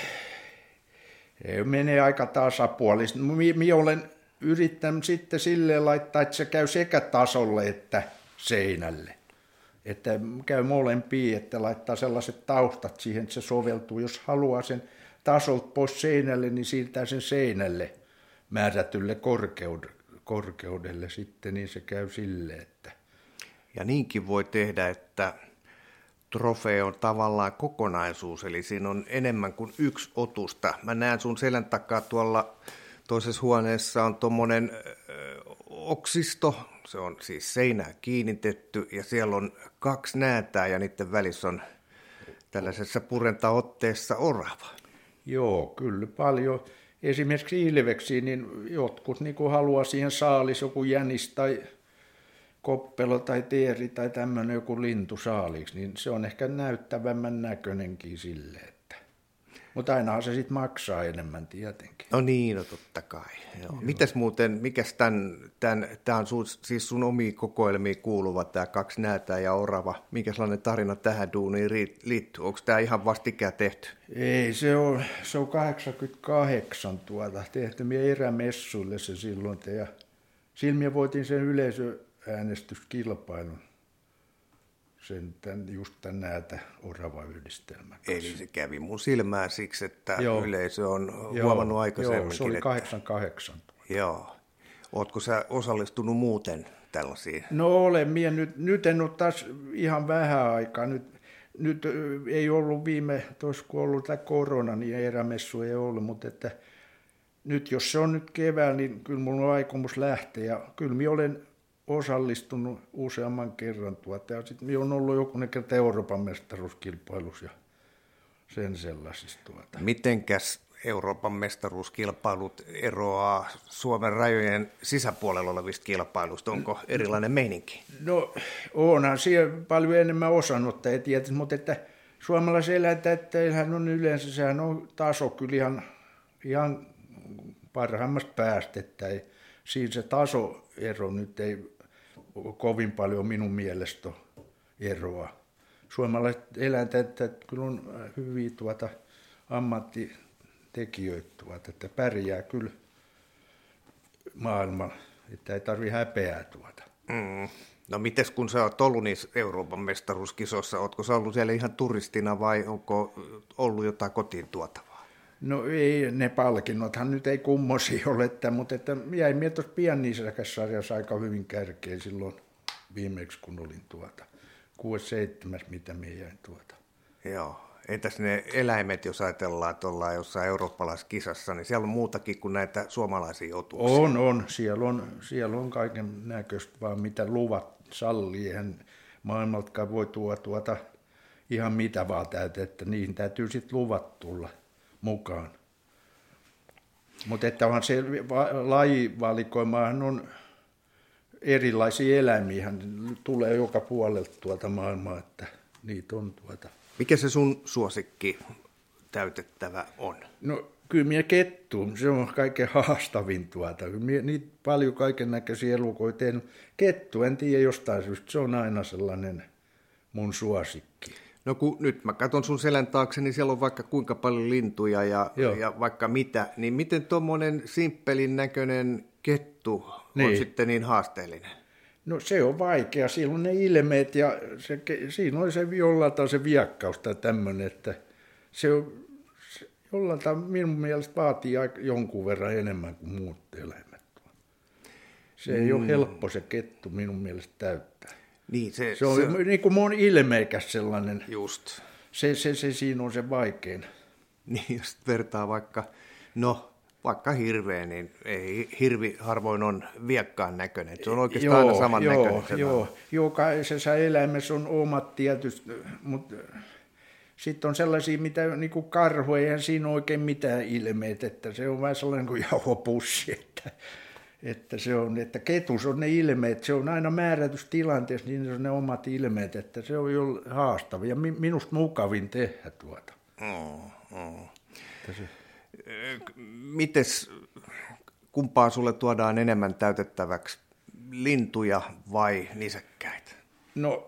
menee aika tasapuolisesti. Minä olen yrittänyt sitten silleen laittaa, että se käy sekä tasolle että seinälle. Että käy molempia, että laittaa sellaiset taustat siihen, että se soveltuu. Jos haluaa sen tasolta pois seinälle, niin siirtää sen seinälle määrätylle korkeudelle sitten, niin se käy silleen, että... Ja niinkin voi tehdä, että trofeo on tavallaan kokonaisuus, eli siinä on enemmän kuin yksi otusta. Mä näen sun selän takaa tuolla toisessa huoneessa on tuommoinen oksisto, se on siis seinään kiinnitetty, ja siellä on kaksi näätää, ja niiden välissä on tällaisessa purentaotteessa orava. Joo, kyllä paljon. Esimerkiksi ilveksiin, niin jotkut niin kuin haluaa siihen saalis, joku jänis tai koppelo tai teeri tai tämmöinen joku lintu saaliksi, niin se on ehkä näyttävämmän näköinenkin silleen. Että... Mutta ainahan se sitten maksaa enemmän tietenkin. No niin, no totta kai. Joo. Joo. Mites muuten, mikäs tämän, tämän, tämä on sun, siis sun omiin kokoelmiin kuuluva tämä kaksi näätää ja orava. Mikä sellainen tarina tähän duuniin liittyy? Onko tämä ihan vastikään tehty? Ei, se on, se on kahdeksankymmentäkahdeksan tuota, tehty minä erämessuille se silloin. Ja sillä minä voitin sen yleisöäänestyskilpailun. Sen tämän, just tämän näätä orava-yhdistelmän kanssa. Eli se kävi mun silmään siksi, että joo. Yleisö on joo, huomannut aikaisemminkin. Joo, se oli kahdeksankymmentäkahdeksan. Että... Joo. Ootko sä osallistunut muuten tällaisiin? No olen. Minä nyt, nyt en ole taas ihan vähän aikaa. Nyt, nyt ei ollut viime, tuossa kun ollut tämä korona, niin erämessu ei ollut, mutta että nyt jos se on nyt keväällä, niin kyllä minulla on aikomus lähteä. Ja kyllä minä olen osallistunut useamman kerran tuota, ja sitten minä olen ollut jokunen kerta Euroopan mestaruuskilpailussa ja sen sellaisista tuota. Mitenkäs Euroopan mestaruuskilpailut eroaa Suomen rajojen sisäpuolella olevista kilpailuista? Onko erilainen meininki? No onhan siellä paljon enemmän osanottajia tietysti, mutta että suomalaiseläintäjäthän on yleensä, sehän on taso kyllä ihan, ihan parhaimmasta päästä, että ei, siinä se tasoero nyt ei kovin paljon minun mielestä eroa. Suomalaiset eläintäjät kyllä on hyviä tuota ammattitekijöitä, tuota, että pärjää kyllä maailmalla, että ei tarvitse häpeää tuota. Mm. No mites kun sä oot ollut niissä Euroopan mestaruuskisoissa, ootko sä ollut siellä ihan turistina vai onko ollut jotain kotiin tuotavaa? No ei, ne palkinnothan nyt ei kummosia ole, että, mutta että jäin minä tuossa piennisäkässarjassa aika hyvin kärkeen silloin viimeksi, kun olin tuota, kuudes seitsemäs, mitä minä jäin tuota. Joo, entäs ne eläimet, jos ajatellaan, että ollaan jossain eurooppalaiskisassa, niin siellä on muutakin kuin näitä suomalaisia otuksia. On, on, siellä on, siellä on kaiken näköistä, vaan mitä luvat sallii, eihän maailmaltakaan voi tuoda tuota ihan mitä vaan täytyy, että niihin täytyy sitten luvat tulla mukaan. Mutta että onhan se lajivalikoimahan on erilaisia eläimiä, tulee joka puolelta tuolta maailmaa, että niitä on tuota. Mikä se sun suosikki täytettävä on? No kyllä minä kettu, se on kaikkein haastavin tuota. Minä niitä paljon kaiken näköisiä elukoita tehnyt. Kettu, en tiedä jostain syystä, se on aina sellainen mun suosikki. No kun nyt mä katson sun selän taakse, niin siellä on vaikka kuinka paljon lintuja ja, ja vaikka mitä, niin miten tuommoinen simppelin näköinen kettu niin on sitten niin haasteellinen? No se on vaikea, siellä on ne ilmeet ja se, siinä on se jollain se viekkaus tai tämmöinen, että se on se jollain minun mielestä vaatii jonkun verran enemmän kuin muut eläimet. Se ei mm. ole helppo se kettu minun mielestä täyttää. Niin, se, se on se, niin kuin mun ilmeikäs sellainen. Just. Se, se, se siinä on se vaikein. Niin, jos vertaa vaikka, no vaikka hirveä, niin ei, hirvi harvoin on viekkaan näköinen. Se on oikeastaan joo, aina saman joo, näköinen. Joo, jokaisessa eläimessä on omat tietysti, mutta sitten on sellaisia, mitä niin kuin karhu, eihän siinä ole oikein mitään ilmeitä, että se on vähän sellainen kuin jauhopussi, että Että se on, että ketus on ne ilmeet, se on aina määrätyssä tilanteessa, niin on ne omat ilmeet, että se on jo haastava ja minusta mukavin tehdä tuota. Oh, oh. Se... Mites, kumpaa sulle tuodaan enemmän täytettäväksi, lintuja vai nisäkkäitä? No,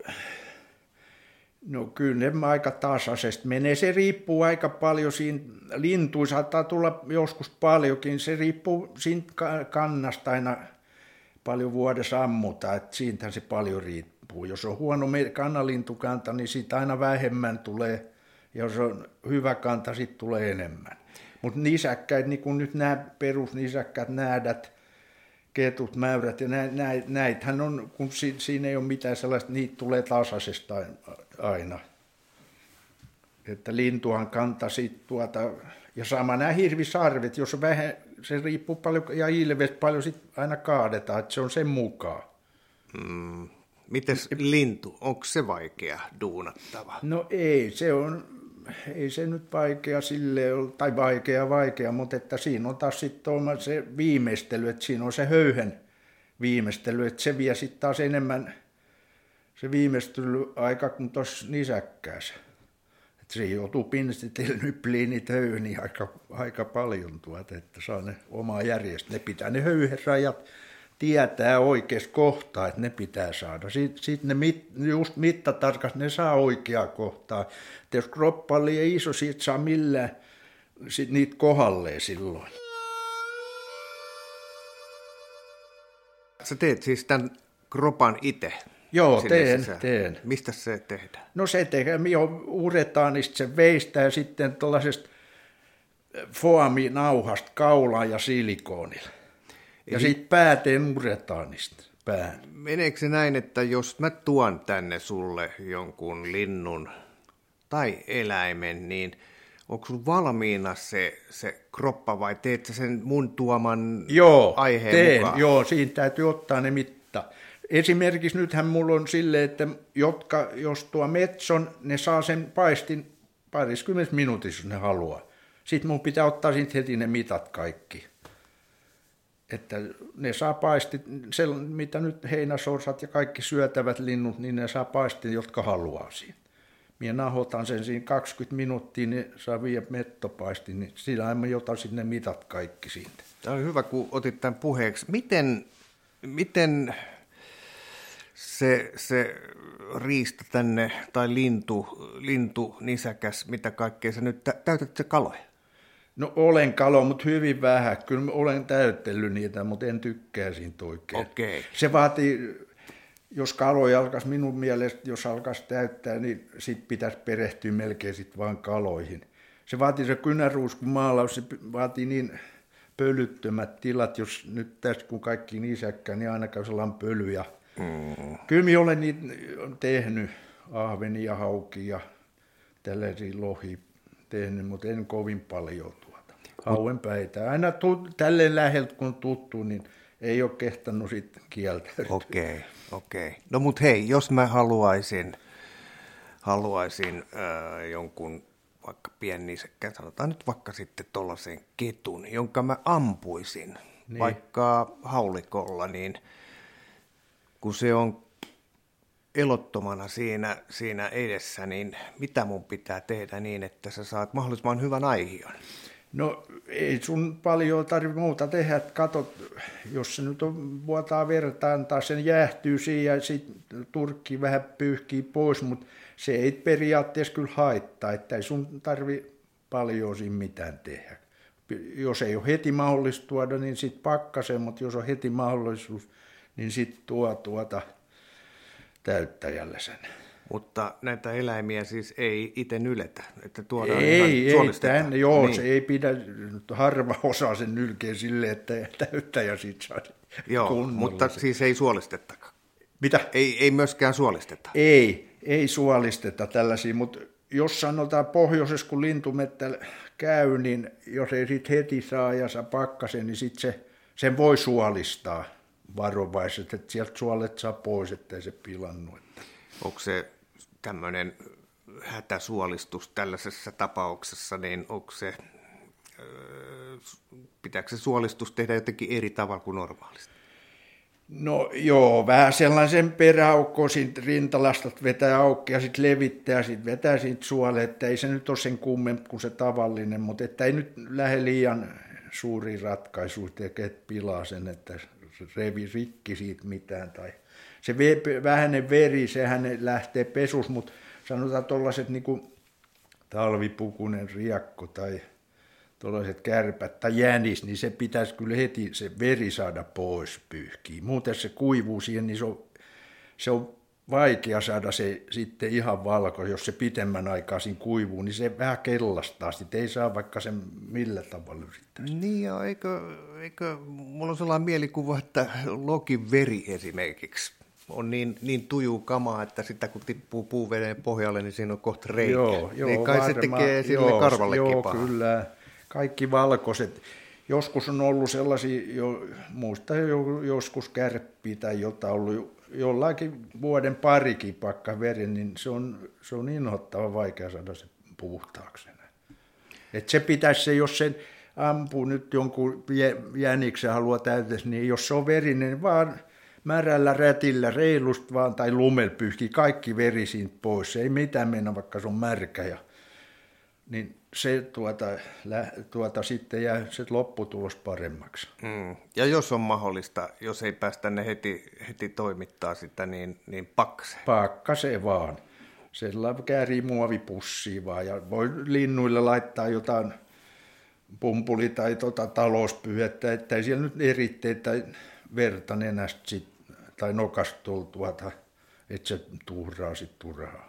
no kyllä ne aika tasaisesti menee, se riippuu aika paljon siinä, lintuja saattaa tulla joskus paljonkin, se riippuu siitä kannasta aina paljon vuodessa ammutaan, että siitähän se paljon riippuu. Jos on huono kannalintukanta, niin siitä aina vähemmän tulee, ja jos on hyvä kanta, sitten tulee enemmän. Mutta nisäkkäät, niin kuin nyt nämä perusnisäkkäät, näädät, ketut, mäyrät ja nä, nä, näitähän on, kun si, siinä ei ole mitään sellaista, niitä tulee tasaisesti aina. Että lintuhan kantaa sit tuota, ja sama nämä hirvisarvet, jos on vähän, se riippuu paljon, ja ilves paljon sit aina kaadetaan, että se on sen mukaan. Mm. Mites lintu, onko se vaikea duunattava? No ei, se on, ei se nyt vaikea silleen ole, tai vaikea vaikea, mutta että siinä on taas sitten se viimeistely, että siinä on se höyhen viimeistely, että se vie sitten taas enemmän se viimeistelyaika kuin tuossa nisäkkäässä. Että se joutuu pinnistitellä nypliin niitä höyheniä aika, aika paljon tuota, että saa ne omaa järjestä. Ne pitää ne höyhenrajat tietää oikeassa kohtaa, että ne pitää saada. Sitten sit ne mit, just mittatarkasti ne saa oikeaa kohtaa. Että jos kroppa on liian iso, siitä saa millään sit niitä kohdalleen silloin. Sä teet siis tämän kropan itse? Joo, teen, sisään. teen. Mistä se tehdään? No se tehdään, jo uretaan, niin se veistää sitten tuollaisesta foaminauhasta kaulaan ja silikoonilla. Ja sitten pääteen uretaan niistä pään. Meneekö se näin, että jos mä tuon tänne sulle jonkun linnun tai eläimen, niin onko sun valmiina se, se kroppa vai teet sä sen mun tuoman joo, aiheen teen, mukaan? Joo, siinä täytyy ottaa ne mitta. Esimerkiksi nythän mulla on silleen, että jotka, jos tuo metson, ne saa sen paistin pariskymmentä minuutissa, jos ne haluaa. Sitten mun pitää ottaa siitä heti ne mitat kaikki. Että ne saa paistit, se, mitä nyt heinäsorsat ja kaikki syötävät linnut, niin ne saa paistin, jotka haluaa siinä. Minä nahotan sen siinä kaksikymmentä minuuttia, niin saa viedä mettopaistin, niin siinä mä jotan sinne mitat kaikki siitä. Tämä on hyvä, kun otit tämän puheeksi. Miten, miten se, se riista tänne, tai lintu, lintu, nisäkäs, mitä kaikkea sä nyt, täytät sä kaloja? No olen kalo, mutta hyvin vähän. Kyllä olen täytellyt niitä, mutta en tykkää siitä oikein. Okei. Se vaatii, jos kaloja alkaisi minun mielestä, jos alkaisi täyttää, niin sit pitäisi perehtyä melkein sit vaan kaloihin. Se vaatii se kynäruuskun maalaus, se vaatii niin pölyttömät tilat, jos nyt tässä kun kaikki nisäkkää, niin aina käy sellainen pöly. Ja mm. Kyllä minä olen niitä tehnyt, ahvenia, haukia, tällaisia lohia tehnyt, mutta en kovin paljon tuota. Hauen päitä. Aina tu- tälleen läheltä kun tuttu, niin ei ole kehtannut sitten kieltäytyä. Okei, okei. No mut hei, jos mä haluaisin, haluaisin äh, jonkun vaikka piennisekkään, sanotaan nyt vaikka sitten tollaisen ketun, jonka mä ampuisin niin. Vaikka haulikolla, niin kun se on elottomana siinä, siinä edessä, niin mitä mun pitää tehdä niin, että sä saat mahdollisimman hyvän aihion? No ei sun paljon tarvitse muuta tehdä, että katot, jos se nyt on, vuotaa verta, antaa sen jäähtyy siinä ja sitten turkki vähän pyyhkii pois, mutta se ei periaatteessa kyllä haittaa, että ei sun tarvitse paljon siinä mitään tehdä. Jos ei ole heti mahdollista tuoda, niin sitten pakkaseen, mutta jos on heti mahdollisuus, niin sitten tuo tuota täyttäjälle sen. Mutta näitä eläimiä siis ei itse nyletä, että tuodaan ei, ihan ei, tänne, joo, niin. Se ei pidä, harva osaa sen nylkeä silleen, että täyttäjä siitä saa joo, mutta se. Siis ei suolistettakaan. Mitä? Ei, ei myöskään suolisteta. Ei, ei suolisteta tällaisia, mutta jos sanotaan pohjoisessa, kun lintumettä käy, niin jos ei sit heti saa ja saa pakkasen, niin sitten se, sen voi suolistaa varovaisesti, että sieltä suolet saa pois, ettei se pilannut. Onko se tämmöinen hätäsuolistus tällaisessa tapauksessa, niin onko se, pitääkö se suolistus tehdä jotenkin eri tavalla kuin normaalisti? No joo, vähän sellaisen peräaukkoon siitä rintalastat vetää auki ja sitten levittää, sitten vetää siitä suolle, että ei se nyt ole sen kummempi kuin se tavallinen, mutta että ei nyt lähde liian suuriin ratkaisuihin, että pilaa sen, että revi rikki siitä mitään tai se vähäinen veri, sehän lähtee pesus, mutta sanotaan tuollaiset niin kuin talvipukunen riakko tai tuollaiset kärpät tai jänis, niin se pitäisi kyllä heti se veri saada pois pyyhkiä. Muuten se kuivuu siihen, niin se on, se on vaikea saada se sitten ihan valko, jos se pitemmän aikaa siinä kuivuu, niin se vähän kellastaa. Sitten ei saa vaikka sen millä tavalla yrittää. Niin ja eikö, eikö mulla on sellainen mielikuva, että lokin veri esimerkiksi on niin, niin tujuu kamaa, että sitä kun tippuu puuveden pohjalle, niin siinä on kohta reikä. Joo, joo, niin kai varma, se tekee sille joo, karvallekin joo, pahaa. Kyllä. Kaikki valkoiset. Joskus on ollut sellaisia, jo, muista jo, joskus kärppiä tai jotain ollut jollakin vuoden parikin pakka veri, niin se on, se on inhottava vaikea saada se puhtaaksi. Et se pitäisi se, jos sen ampuu nyt jonkun jäniksen haluaa täytetä, niin jos se on verinen, niin vaan märällä rätillä reilusti vaan tai lumella pyyhkii kaikki veri siitä pois. Ei mitään mennä, vaikka se on märkä. Ja, niin se tuota, tuota sitten jää se lopputulos paremmaksi. Mm. Ja jos on mahdollista, jos ei päästä ne heti, heti toimittaa sitä, niin, niin pakkaseen. Pakkaseen vaan. Sellainen käärii muovipussiin vaan ja voi linnuille laittaa jotain pumpuli- tai tota talouspyhettä, että ei siellä nyt eritteitä verta nenästä sit, tai nokasta tuota, että se tuhraa sitten turhaa.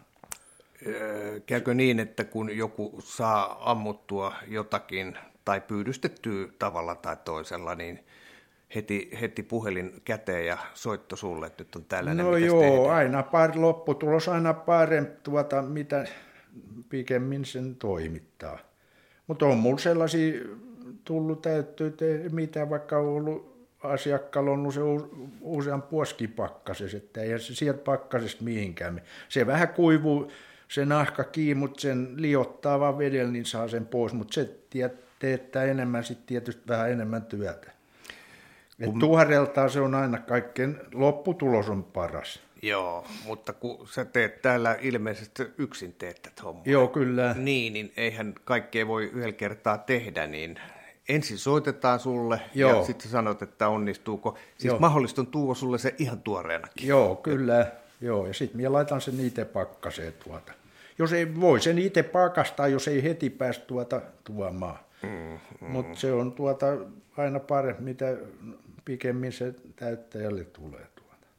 Käykö niin, että kun joku saa ammuttua jotakin tai pyydystettyä tavalla tai toisella, niin heti, heti puhelin käteen ja soitto sulle, että nyt on tällainen, no mitäs joo, tehdään? aina par, lopputulos aina parempi, tuota, mitä pikemmin sen toimittaa. Mutta on mulla sellaisia tullut täyttyä, mitä vaikka on ollut asiakkaalla on se usean puoskin pakkasessa, että ei se sieltä pakkasesta mihinkään. Se vähän kuivuu, se nahka kiinni, mutta sen liottaa vaan vedellä, niin saa sen pois, mutta se teettää enemmän sitten tietysti vähän enemmän työtä. Kun... Tuoreeltaan se on aina kaikkein, lopputulos on paras. Joo, mutta kun sä teet täällä ilmeisesti yksin teet tätä hommaa. Joo, kyllä. Niin, niin eihän kaikkea voi yhdellä kertaa tehdä, niin ensin soitetaan sulle Joo. ja sitten sanot, että onnistuuko. Siis Joo. mahdollista on tuoda sulle se ihan tuoreenakin. Joo, kyllä. Joo, ja sitten minä laitan sen itse pakkaseen tuota. Jos ei voi sen itse pakastaa, jos ei heti päästä tuota tuomaan. Mm, mm. Mutta se on tuota aina parempi, mitä pikemmin se täyttäjälle tulee tuota.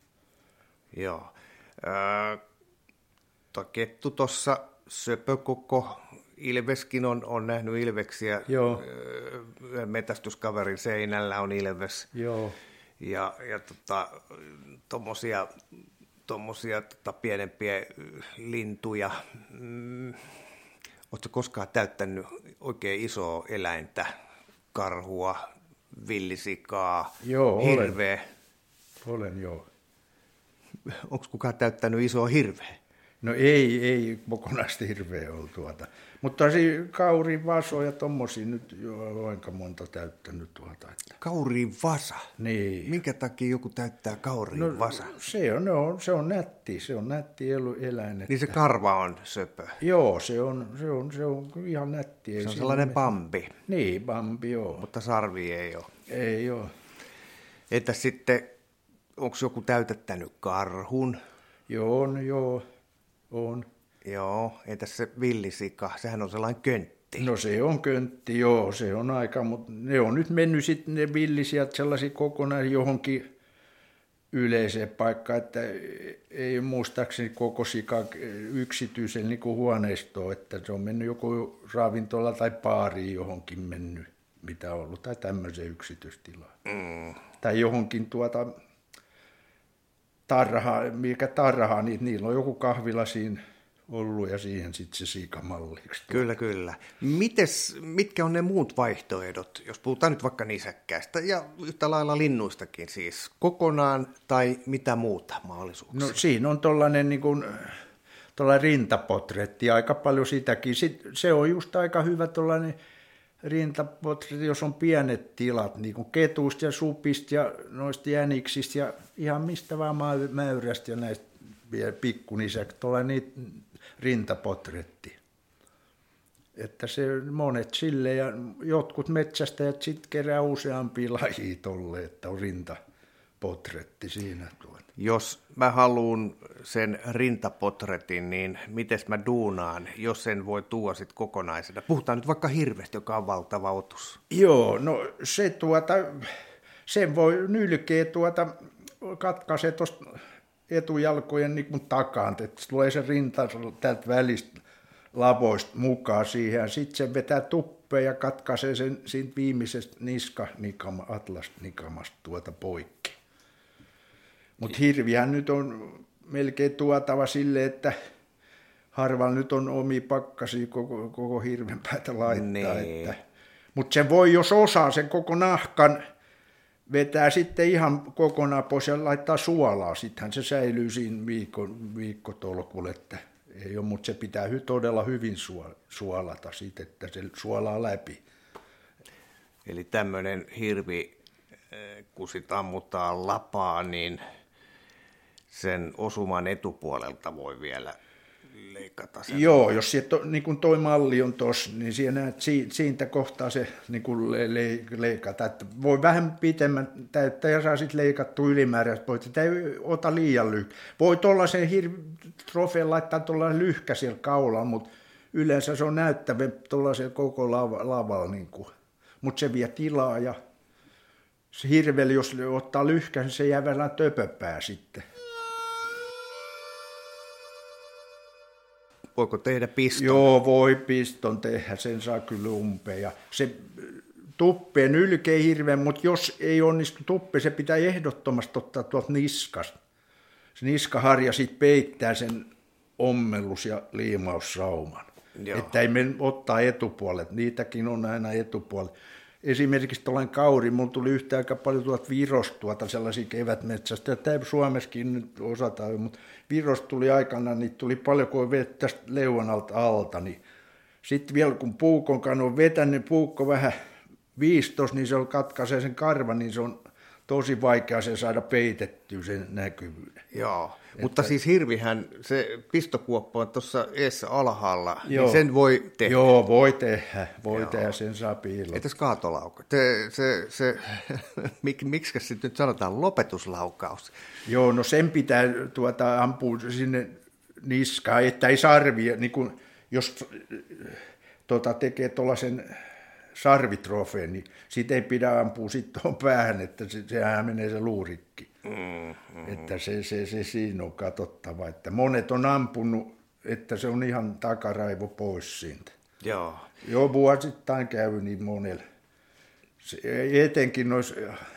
Joo. Äh, tuo kettu tuossa söpökoko. Ilveskin on, on nähnyt ilveksiä. Joo. Metästyskaverin seinällä on ilves. Joo. Ja, ja tota, tommosia, tommosia tota, pienempiä lintuja. Mm, ootko koskaan täyttänyt oikein isoa eläintä? Karhua, villisikaa, joo, hirveä? Olen, olen joo. Onko kukaan täyttänyt isoa hirveä? No ei, ei kokonaisesti hirveä ollut tuota. Mutta kauriin vasoja ja tommosia nyt jo aika monta täyttänyt tuota. Että... Kauriin vasa? Niin. Minkä takia joku täyttää kauriin no, vasa? Se on, no, se on nätti, se on nätti eläin. Että... Niin se karva on söpö? Joo, se on, se on, se on ihan nätti. Ei se on sellainen bambi? Niin, bambi, joo. Mutta sarvi ei ole? Ei ole. Entä sitten, onko joku täytettänyt karhun? Joo, no, joo. On. Joo, entäs se villisika, sehän on sellainen köntti. No se on köntti, joo, se on aika, mutta ne on nyt mennyt sitten ne villisijat sellaisia kokonaan johonkin yleiseen paikkaan, että ei muistaakseni koko sika yksityisen niin kuin huoneistoon, että se on mennyt joku ravintola tai baariin johonkin mennyt, mitä on ollut, tai tämmöiseen yksityistilaan. Mm. Tai johonkin tuota... tarha, mikä tarha, niin niillä on joku kahvila siinä ollut ja siihen sitten se siikamalliksi. Kyllä, kyllä. Mites, mitkä on ne muut vaihtoehdot, jos puhutaan nyt vaikka nisäkkäästä ja yhtä lailla linnuistakin siis, kokonaan tai mitä muuta mahdollisuuksia? No siinä on tuollainen niin kuin, tuollainen rintapotretti, aika paljon sitäkin. Sitten se on just aika hyvä tuollainen rintapotretti, jos on pienet tilat, niin kuin ketuista ja supista ja noista jäniksistä ja ihan mistä vaan mäyrästä ja näistä pikkunisäksi, tuollainen rintapotretti. Että se monet sille ja jotkut metsästäjät sitten kerää useampia lajia tolle, että on rintapotretti siinä tuota. Jos mä haluan sen rintapotretin, niin miten mä duunaan, jos sen voi tuoda sitten kokonaisena? Puhutaan nyt vaikka hirvestä, joka on valtava otus. Joo, no se tuota, sen voi nylkeä tuota, katkaisee tuosta etujalkojen niin kuin takaan, että tulee se rinta täältä välistä lavoista mukaan siihen, ja sitten se vetää tuppeen ja katkaisee sen siitä viimeisestä niskanikama, atlasnikamasta tuota poikki. Mutta hirvihän nyt on melkein tuotava silleen, että harvalla nyt on omi pakkasia koko, koko hirven päätä laittaa. Nee. Mutta se voi, jos osaa sen koko nahkan, vetää sitten ihan kokonaan pois ja laittaa suolaa. Sittenhän se säilyy siinä viikko, viikkotolkulla, että ei ole, mutta se pitää todella hyvin suolata sit, että se suolaa läpi. Eli tämmöinen hirvi, kun sit ammutaan lapaa, niin sen osuman etupuolelta voi vielä leikata sen. Joo, jos se to, niin kuin toi malli on tuossa, niin siinä näet, siitä kohtaa se niin kuin le, le, leikata. Että voi vähän pitemmän täyttää ja saa sitten leikattua ylimääräistä pois. Sitä ei ota liian lyhkä. Voi tuollaisen trofeen laittaa tuollainen lyhkä siellä kaulalla, mutta yleensä se on näyttävä tuollaisen koko lava, lavalla. Niin mutta se vie tilaa ja se hirveli, jos ottaa lyhkä, niin se jää vähän töpöpää sitten. Voiko tehdä piston? Joo, voi piston tehdä, sen saa kyllä umpeen. Ja se tuppeen ylkeä hirveän, mutta jos ei onnistu tuppe, se pitää ehdottomasti ottaa tuolta niskasta. Se niskaharja sitten peittää sen ommellus- ja liimaussauman. Joo. Että ei mene ottaa etupuolet, niitäkin on aina etupuolet. Esimerkiksi tuollainen kauri, mulla tuli yhtä aika paljon tuolta Virosta tuota sellaisia kevätmetsästä, että ei Suomessakin nyt osata, mutta Virosta tuli aikana, niin tuli paljon, kun vettä tästä leuan alta alta, niin sitten vielä kun puukon kanssa on vetänyt puukko vähän viistos, niin se on katkaisee sen karvan, niin se on tosi vaikea se saada peitettyä sen näkyvyyden. Joo, että, mutta siis hirvihän, se pistokuoppa on tuossa eessä alhaalla, joo, niin sen voi tehdä. Joo, voi tehdä, voi joo. tehdä, sen saa piilottaa. Entäs kaatolauka? Se, se, se, mik, miksikä sitten nyt sanotaan lopetuslaukaus? Joo, no sen pitää tuota, ampua sinne niskaan, että ei sarvia, niin kun, jos tuota, tekee tuollaisen sarvitrofeen, niin siitä ei pidä ampua sitten tuohon päähän, että se, sehän menee se luurikki. Mm, mm. Että se, se, se siinä on katsottava, että monet on ampunut, että se on ihan takaraivo pois siitä. Joo. Joo, vuosittain käy niin monella. Se, etenkin noissa,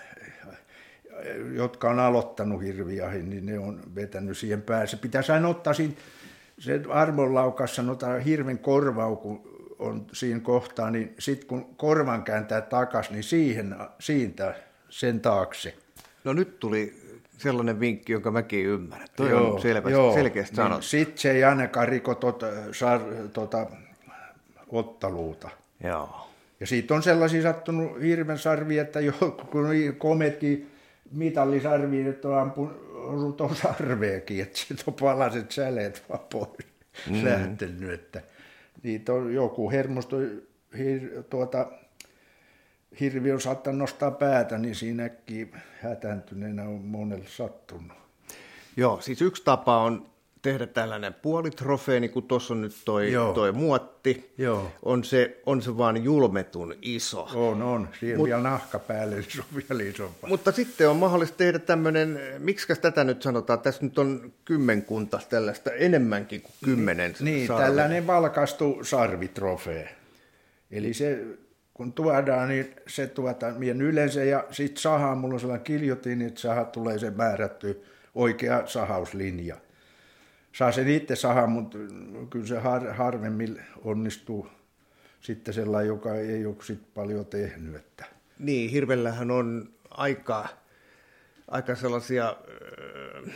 jotka on aloittanut hirvijahin, niin ne on vetänyt siihen päähän. Se pitäisi aina ottaa siinä, se armonlaukassa sanotaan hirven korvau, kun on siinä kohtaa, niin sitten kun korvan kääntää takaisin, niin siihen, siitä, sen taakse. No nyt tuli sellainen vinkki, jonka mäkin ymmärrän. Toi joo, on selvästi, joo, selkeästi sanottu. Niin sitten se ei ainakaan riko tuota, tuota, ottaluuta. Joo. Ja siitä on sellaisia sattunut hirven sarvia, että jo, kun kometkin mitallisarvia, että on ampunut tuon sarveekin, että siitä on palaset säleet vaan pois mm. lähtenyt, että niitä on joku hermosto, hir, tuota, hirvi on saattanut nostaa päätä, niin siinäkin hätääntyneenä on monelle sattunut. Joo, siis yksi tapa on tehdä tällainen puolitrofee, niin kuin tuossa on nyt toi, toi muotti. Joo. On se, on se vaan julmetun iso. On, on. Siihen Mut, vielä nahka päälle, niin se on vielä isompaa. Mutta sitten on mahdollista tehdä tämmöinen, miksikäs tätä nyt sanotaan, tässä nyt on kymmenkunta tällaista, enemmänkin kuin kymmenen Niin, sarvea. Tällainen valkaistu sarvitrofee. Eli se, kun tuodaan, niin se tuota, mien yleensä ja sitten sahaa, mulla on sellainen kiljotin, että saha tulee se määrätty oikea sahauslinja. Saa sen itse sahaa, mutta kyllä se har, harvemmin onnistuu sitten sellainen, joka ei ole sit paljon tehnyt. Että. Niin, hirvellähän on aika, aika sellaisia äh,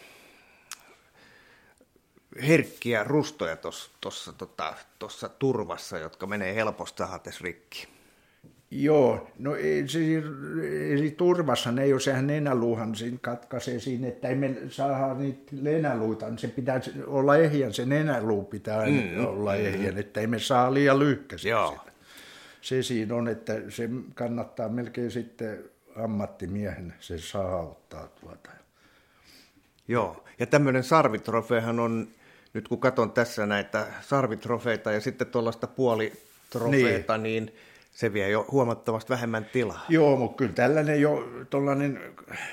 herkkiä rustoja tuossa tota, turvassa, jotka menee helposti sahates rikki. Joo, no ei, se, eli turvassa ne ei ole, sehän nenäluuhan siinä katkaisee siinä, että ei me saada niitä nenäluita, niin se pitää olla ehjän, se nenäluu pitää aina mm, olla mm, ehjän, että ei me saa liian lyhkäisesti sitä. Se siinä on, että se kannattaa melkein sitten ammattimiehen se sahauttaa tuota. Joo, ja tämmöinen sarvitrofeehan on, nyt kun katson tässä näitä sarvitrofeita ja sitten tuollaista puolitrofeita, niin, niin se vie jo huomattavasti vähemmän tilaa. Joo, mutta kyllä tällainen jo tuollainen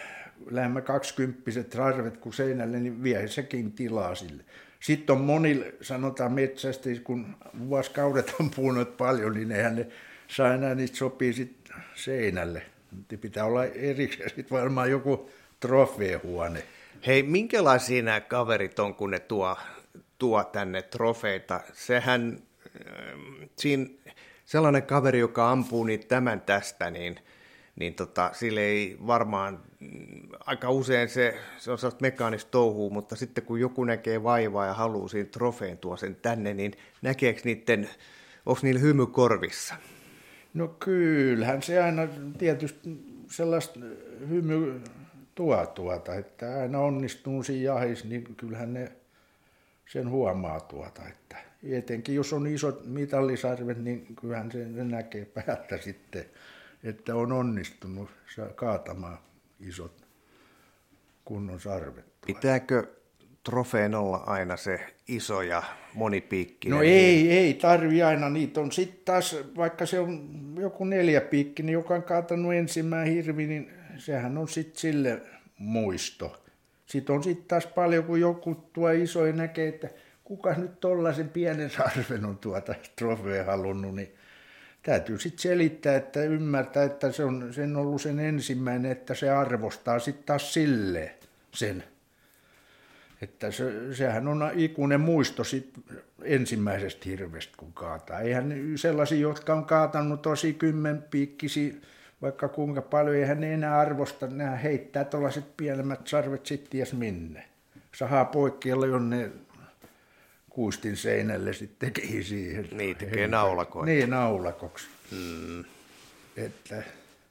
lähemmä kaksikymppiset sarvet kuin seinälle, niin vie sekin tilaa sille. Sitten on monilla, sanotaan metsästä, kun vuosikaudet on puhunut paljon, niin eihän ne saa enää niitä sopii sitten seinälle. Pitää olla erikseen sitten varmaan joku trofeehuone. Hei, minkälaisia nämä kaverit on, kun ne tuo, tuo tänne trofeita? Sehän, siinä sellainen kaveri, joka ampuu niitä tämän tästä, niin, niin tota, sille ei varmaan, aika usein se, se on sellaista mekaanista touhua, mutta sitten kun joku näkee vaivaa ja haluaa siinä trofeen tuo sen tänne, niin näkeekö niiden, onko niillä hymy korvissa? No kyllähän se aina tietysti sellaista hymy tuo tuota, että aina onnistuu siinä jahissa, niin kyllähän ne sen huomaa tuota, että etenkin jos on isot mitallisarvet, niin kyllähän se, se näkee päältä sitten, että on onnistunut kaatamaan isot kunnon sarvet. Pitääkö trofeen olla aina se iso ja monipiikkinen? No ei, ei tarvi aina. Niitä on sitten taas, vaikka se on joku neljäpiikkinen, joka on kaatanut ensimmäinen hirvi, niin sehän on sitten sille muisto. Sitten on sitten taas paljon, kun joku tuo iso ja näkee, että kuka nyt tollaisen pienen sarven on tuota trofeen halunnut, niin täytyy sitten selittää, että ymmärtää, että se on, sen on ollut sen ensimmäinen, että se arvostaa sitten taas silleen sen. Että se, sehän on ikuinen muisto sit ensimmäisestä hirvestä, kun kaataa. Eihän sellaisia, jotka on kaatanut tosi kymmenpiikkisiä, vaikka kuinka paljon, eihän ne enää arvosta, nehän heittää tuollaiset pienemmät sarvet sitten ties minne. Sahaa poikkialla jonne kuistin seinälle sitten tekee siihen. Niin, tekee naulakoita. Niin, naulakoksi. Hmm. Että.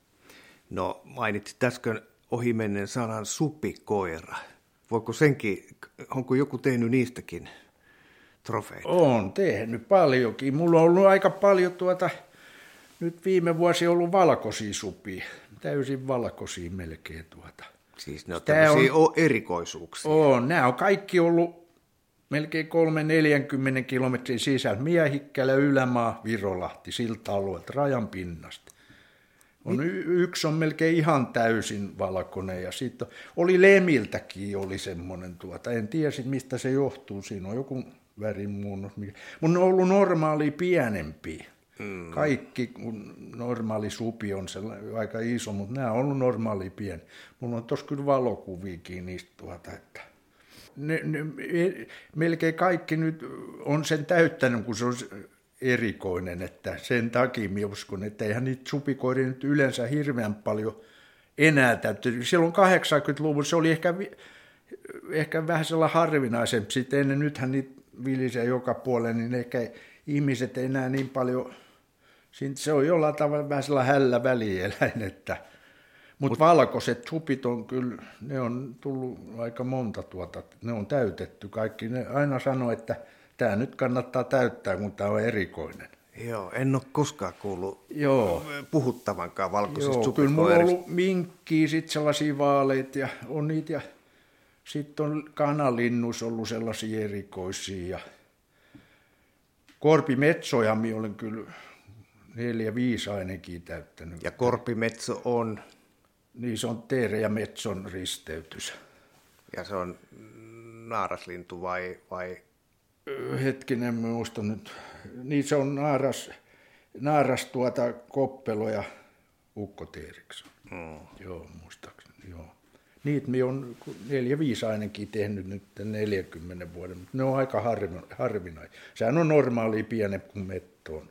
No mainitsit äsken ohimennen sanan supikoira. Voiko senkin, onko joku tehnyt niistäkin trofeita? On tehnyt paljonkin. Mulla on ollut aika paljon tuota, nyt viime vuosi on ollut valkoisia supia, täysin valkoisia melkein tuota. Siis ne on tämmöisiä on, erikoisuuksia. On, nämä on kaikki ollut melkein kolme neljänkymmenen kilometrin sisällä. Miehikkälä, Ylämaa, Virolahti, siltä alueelta, rajan pinnasta. On, y- yksi on melkein ihan täysin valkoinen ja sitten oli Lemiltäkin oli semmoinen tuota. En tiedä sit, mistä se johtuu. Siinä on joku värimuunnos. Mutta ne on ollut normaalia pienempiä. Mm. Kaikki, kun normaali supi on aika iso, mutta nämä on ollut normaalia pieni. Mulla on tuossa kyllä valokuviakin niistä tuota, että ne, ne, melkein kaikki nyt on sen täyttänyt, kun se on erikoinen, että sen takia minä uskon, että eihän niitä supikoiria nyt yleensä hirveän paljon enää täytyy. Silloin kahdeksankymmentäluvulla se oli ehkä, ehkä vähän sellainen harvinaisempi. Sitten ennen nythän niitä vilisee joka puolella, niin ehkä ihmiset ei enää niin paljon, se on jollain tavalla vähän sellainen hällä välieläin, että mutta Mut, valkoiset supit on kyllä, ne on tullut aika monta tuota, ne on täytetty kaikki. Ne aina sanoo, että tämä nyt kannattaa täyttää, kun tämä on erikoinen. Joo, en ole koskaan kuullut Joo. puhuttavankaan valkoisista Joo, supikoirista. Kyllä mulla on ollut minkkiä, sitten sellaisia vaaleita ja on niitä. Ja sitten on kanalinnus ollut sellaisia erikoisia. Ja korpimetsoja minä olen kyllä neljä, viisi ainakin täyttänyt. Ja korpimetso on? Niin se on Teere ja Metson risteytys. Ja se on naaraslintu vai... vai? Hetkinen, muista nyt. Niin se on naaras, naaras tuota koppelo ja ukkoteeriksi. Mm. Joo, muistaakseni, joo. Niitä minä olen neljä, viisi ainakin tehnyt nyt neljänkymmenen vuoden, mutta ne on aika harvinaisia. Sehän on normaalia pienempi kuin metto on.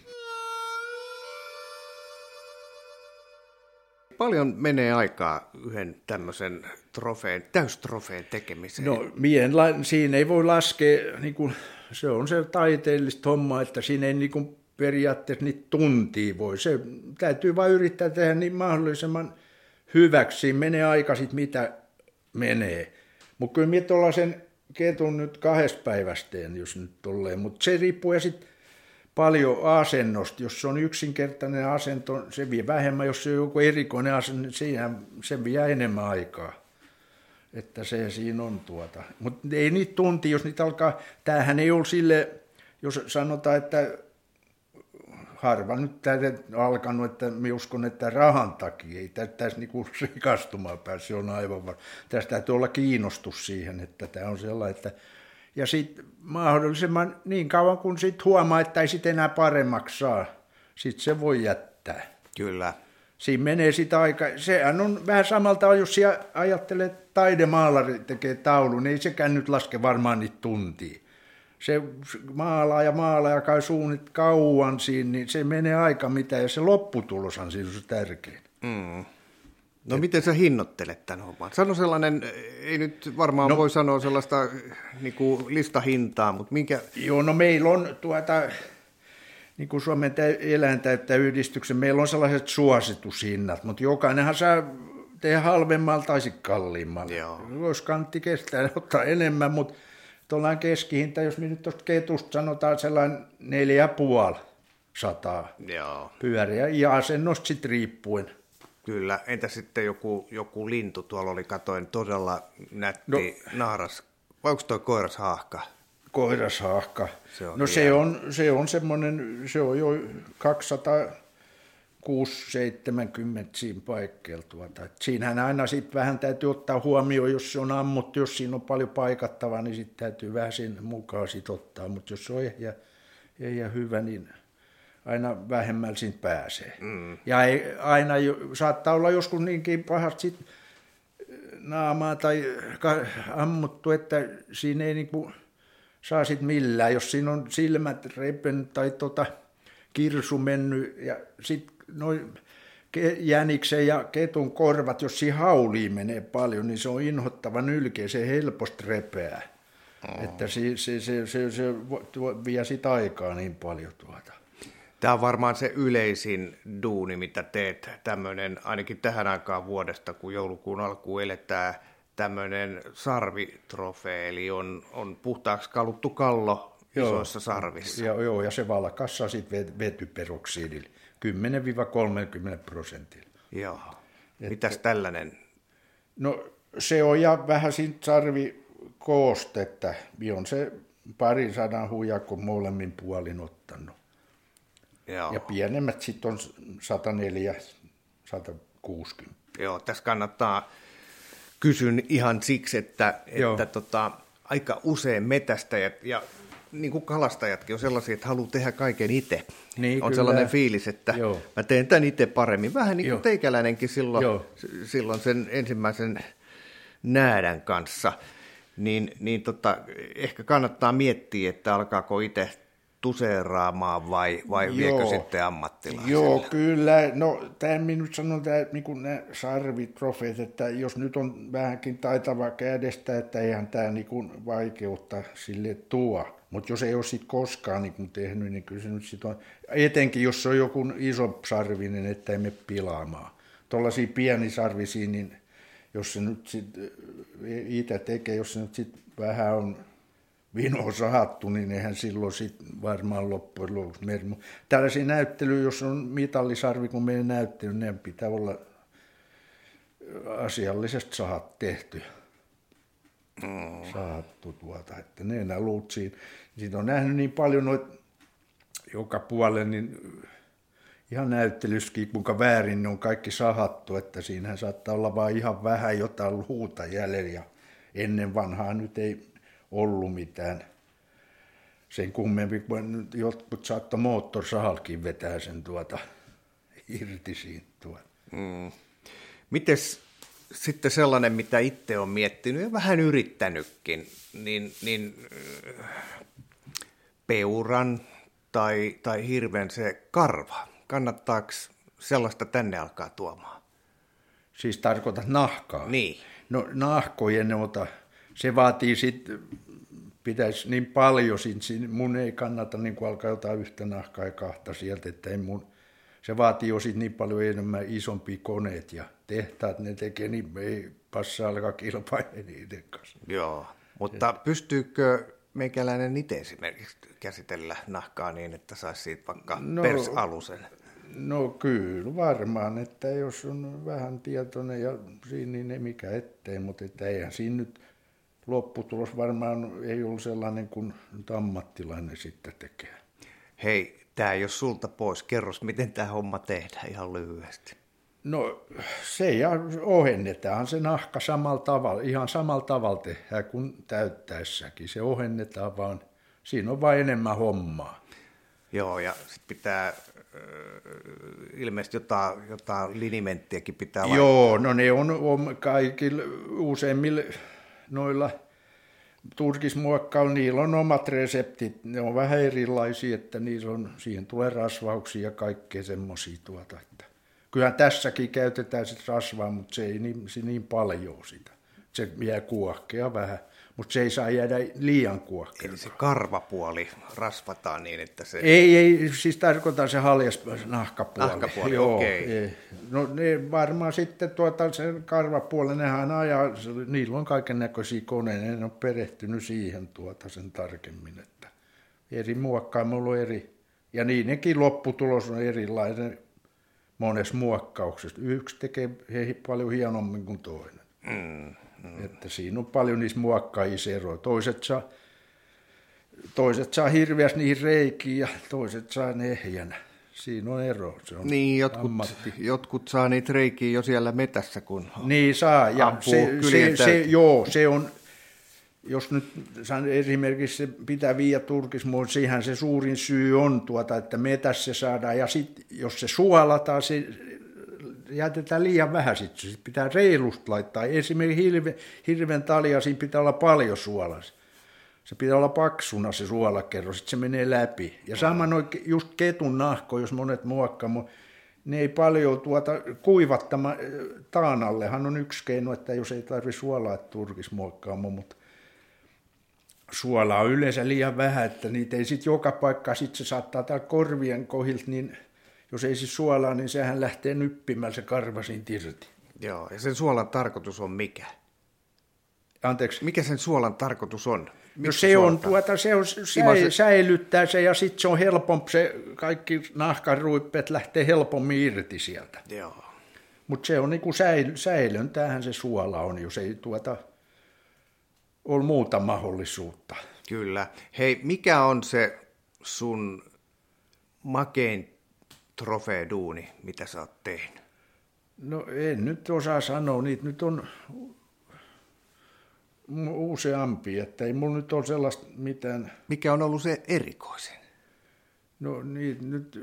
Paljon menee aikaa yhden tämmöisen trofeen, täystrofeen tekemiseen? No, mien, siinä ei voi laskea, niin kuin, se on se taiteellista hommaa, että siinä ei niin kuin, periaatteessa niitä tuntia voi. Se täytyy vain yrittää tehdä niin mahdollisimman hyväksi. Siinä menee aika sitten mitä menee. Mutta kyllä minä tuollaisen ketun nyt kahdesta päivästeen, jos nyt tolleen. Mutta se riippuu ja sitten paljon asennosta. Jos se on yksinkertainen asento, se vie vähemmän. Jos se on joku erikoinen asento, niin siinä se vie enemmän aikaa. Että se siinä on tuota. Mutta ei niitä tuntia, jos niitä alkaa, tämähän ei ole sille, jos sanotaan, että harva nyt tätä alkanut, että minä uskon, että rahan takia ei tässä niinku rikastumaan pääse, se on aivan varma. Tästä täytyy olla kiinnostus siihen, että tämä on sellainen, että ja sitten mahdollisimman niin kauan, kun sit huomaa, että ei sitten enää paremmaksi saa, sitten se voi jättää. Kyllä. Siinä menee sitä aika, sehän on vähän samalta, jos ajattelee, että taidemaalari tekee taulun, niin ei sekään nyt laske varmaan niitä tuntia. Se maalaa ja maalaa ja kai suunnit kauan siinä, niin se menee aika mitä, ja se lopputuloshan siinä on se tärkein. Mm. No Et... miten sä hinnoittelet tämän homman? Sano sellainen, ei nyt varmaan no, voi sanoa sellaista niin kuin listahintaa, mutta minkä... Joo, no meillä on tuota... Niin kuin Suomen eläintäyttäjäyhdistyksen, meillä on sellaiset suositushinnat, mutta jokainenhan saa tehdä halvemmalla tai sitten kalliimmalla. Jos kantti kestää, ottaa enemmän, mutta tuollainen keskihinta, jos me nyt tuosta ketusta sanotaan sellainen neljä ja puoli sataa pyöriä, ja asennosta sitten riippuen. Kyllä, entä sitten joku, joku lintu, tuolla oli, katoin todella nätti no, naaras, vai onko toi koirashaahka? Koirashaahka. Se on no se on, se on semmoinen, se on jo kaksisataakuusi seitsemänkymmentä siinä paikkeilla. Tuota. Siinähän aina sitten vähän täytyy ottaa huomioon, jos se on ammuttu, jos siinä on paljon paikattavaa, niin sitten täytyy vähän sen mukaan sit ottaa. Mutta jos se on ehjä, ehjä hyvä, niin aina vähemmällä siitä pääsee. Mm. Ja ei, aina saattaa olla joskus niinkin pahasti sit naamaa tai ammuttu, että siinä ei niinku... saa sitten millään, jos siinä on silmät repen tai tota kirsu mennyt ja sitten noin jäniksen ja ketun korvat, jos siinä hauliin menee paljon, niin se on inhottava nylkeä, se helposti repeää. Oh. Että se, se, se, se, se vie sitä aikaa niin paljon tuota. Tämä on varmaan se yleisin duuni, mitä teet, tämmöinen ainakin tähän aikaan vuodesta, kun joulukuun alkuun eletään, tämmöinen sarvitrofee, eli on, on puhtaaksi kaluttu kallo joo, isoissa sarvissa. Ja, joo, ja se valkassa sitten vetyperoksidilla, kymmenen kolmekymmentä prosentilla. Joo. Että, mitäs tällainen? No se on ja vähän siitä sarvikoostetta, on se parin sadan huijakko molemmin puolin ottanut. Joo. Ja pienemmät sitten on sata neljä sata kuusikymmentä. Joo, tässä kannattaa... Kysyn ihan siksi, että, että tota, aika usein metästäjät ja niin kuin kalastajatkin on sellaisia, että haluaa tehdä kaiken itse. Niin, on kyllä. Sellainen fiilis, että Joo. mä teen tämän itse paremmin. Vähän niin kuin teikäläinenkin silloin, silloin sen ensimmäisen näädän kanssa. Niin, niin tota, ehkä kannattaa miettiä, että alkaako itse tuseeraamaan vai, vai viekö sitten ammattilaiselle? Joo, kyllä. No, tämä minut sanon, tämä, niin kuin nämä sarvitrofeet, että jos nyt on vähänkin taitava kädestä, että eihän tämä niin kuin vaikeutta sille tuo. Mutta jos ei ole sitten koskaan niin kuin tehnyt, niin kyllä se nyt sitten on, etenkin jos se on joku iso sarvinen, että ei mene pilaamaan. Tuollaisia pienisarvisia, niin jos se nyt sitten itse tekee, jos se nyt sitten vähän on vinoon sahattu, niin eihän silloin sitten varmaan loppujen lopuksi mermu. Tällaisia näyttelyjä, jos on mitallisarvi, kun meidän näyttely, ne pitää olla asiallisesti sahat tehty. Mm. Sahattu tuota, että ne enää luut siinä. Siitä on nähnyt niin paljon noita joka puolelle, niin ihan näyttelyskin, kuinka väärin ne on kaikki sahattu, että siinähän saattaa olla vain ihan vähän jotain luuta jäljellä. Ja ennen vanhaa nyt ei ollut mitään sen kummempi, kun jotkut saattoi moottorsahalkin vetää sen tuota irti siitä tuota. Mm. Mites sitten sellainen, mitä itse on miettinyt ja vähän yrittänytkin, niin, niin peuran tai, tai hirven se karva, kannattaako sellaista tänne alkaa tuomaan? Siis tarkoitat nahkaa? Niin. No nahkojen ota. Se vaatii sitten, pitäisi niin paljon, siinä, mun ei kannata niin kuin alkaa jotain yhtä nahkaa ja kahta sieltä, että ei mun, se vaatii jo sitten niin paljon enemmän isompia koneet ja tehtaat, ne tekee, niin ei passaa alkaa kilpailla niiden kanssa. Joo, mutta et, pystyykö meikäläinen itse esimerkiksi käsitellä nahkaa niin, että saisi siitä vaikka no, persalusen? No kyllä varmaan, että jos on vähän tietoinen ja siinä niin ei mikä ettei, mutta että eihän siinä nyt lopputulos varmaan ei ollut sellainen kuin ammattilainen sitten tekee. Hei, Tämä ei ole sulta pois. Kerros, miten tämä homma tehdään ihan lyhyesti. No se ja ohennetaan se nahka samalla tavalla, ihan samalla tavalla tehdään kuin täyttäessäkin. Se ohennetaan vaan, siinä on vain enemmän hommaa. Joo, ja sitten pitää, ilmeisesti jotain, jotain linimenttiäkin pitää laittaa. Joo, no ne on, on kaikilla useimmilla noilla turkismuokkailla, niillä on omat reseptit, ne on vähän erilaisia, että niillä on, siihen tulee rasvauksia ja kaikkea semmoisia tuota, että kyllähän tässäkin käytetään sit rasvaa, mutta se ei niin, se niin paljon sitä. Se jää kuohkea vähän, mutta se ei saa jäädä liian kuohkea. Eli se karvapuoli rasvataan niin, että se... Ei, ei siis tarkoitan se haljas nahkapuoli. Nahkapuoli, joo, okei. Ei. No ne varmaan sitten tuota sen karvapuolen, nehän ajaa, niillä on kaiken näköisiä koneita, en ole perehtynyt siihen tuota sen tarkemmin, että eri muokkaamalla on eri, ja niidenkin lopputulos on erilainen monessa muokkauksessa. Yksi tekee paljon hienommin kuin toinen. Mm, mm. Että siinä on paljon niissä muokkaajissa eroja. Toiset saa, toiset saa hirveästi niihin reikiin ja toiset saa ne ehjänä. Siinä on ero. Se on niin, jotkut, jotkut saa niitä reikiä jo siellä metässä, kun niin saa. Ja se, se, se, joo, se on, jos nyt esimerkiksi se pitäviä ja turkismuodon, siihen se suurin syy on, tuota, että metässä se saadaan. Ja sitten jos se suolataan, se jätetään liian vähän. Sitten sit pitää reilusti laittaa. Esimerkiksi hirven, hirven talia, siinä pitää olla paljon suolaa. Se pitää olla paksuna se suolakerro, sitten se menee läpi. Ja sama noin just ketun nahko, jos monet muokkaavat, ne ei paljon tuota kuivattama. Taanallehan on yksi keino, että jos ei tarvitse suolaa turkismuokkaamaan, mutta suolaa on yleensä liian vähän, että niitä ei sitten joka paikkaa, sitten se saattaa täällä korvien kohdilta, niin jos ei siis suolaa, niin sehän lähtee nyppimään se karva siinä irti. Joo, ja sen suolan tarkoitus on mikä? Anteeksi? Mikä sen suolan tarkoitus on? No se on, tuota, se on säi, säilyttää se ja sitten se on helpompi, se kaikki nahkaruippeet lähtee helpommin irti sieltä. Joo. Mutta se on niinku säil, säilöntähän se suola on, jos ei tuota ole muuta mahdollisuutta. Kyllä. Hei, mikä on se sun makein trofeeduuni, mitä sä oot tehnyt? No en nyt osaa sanoa, niitä nyt on useampia, että ei mulla nyt ole sellaista mitään. Mikä on ollut se erikoisin? No niitä nyt,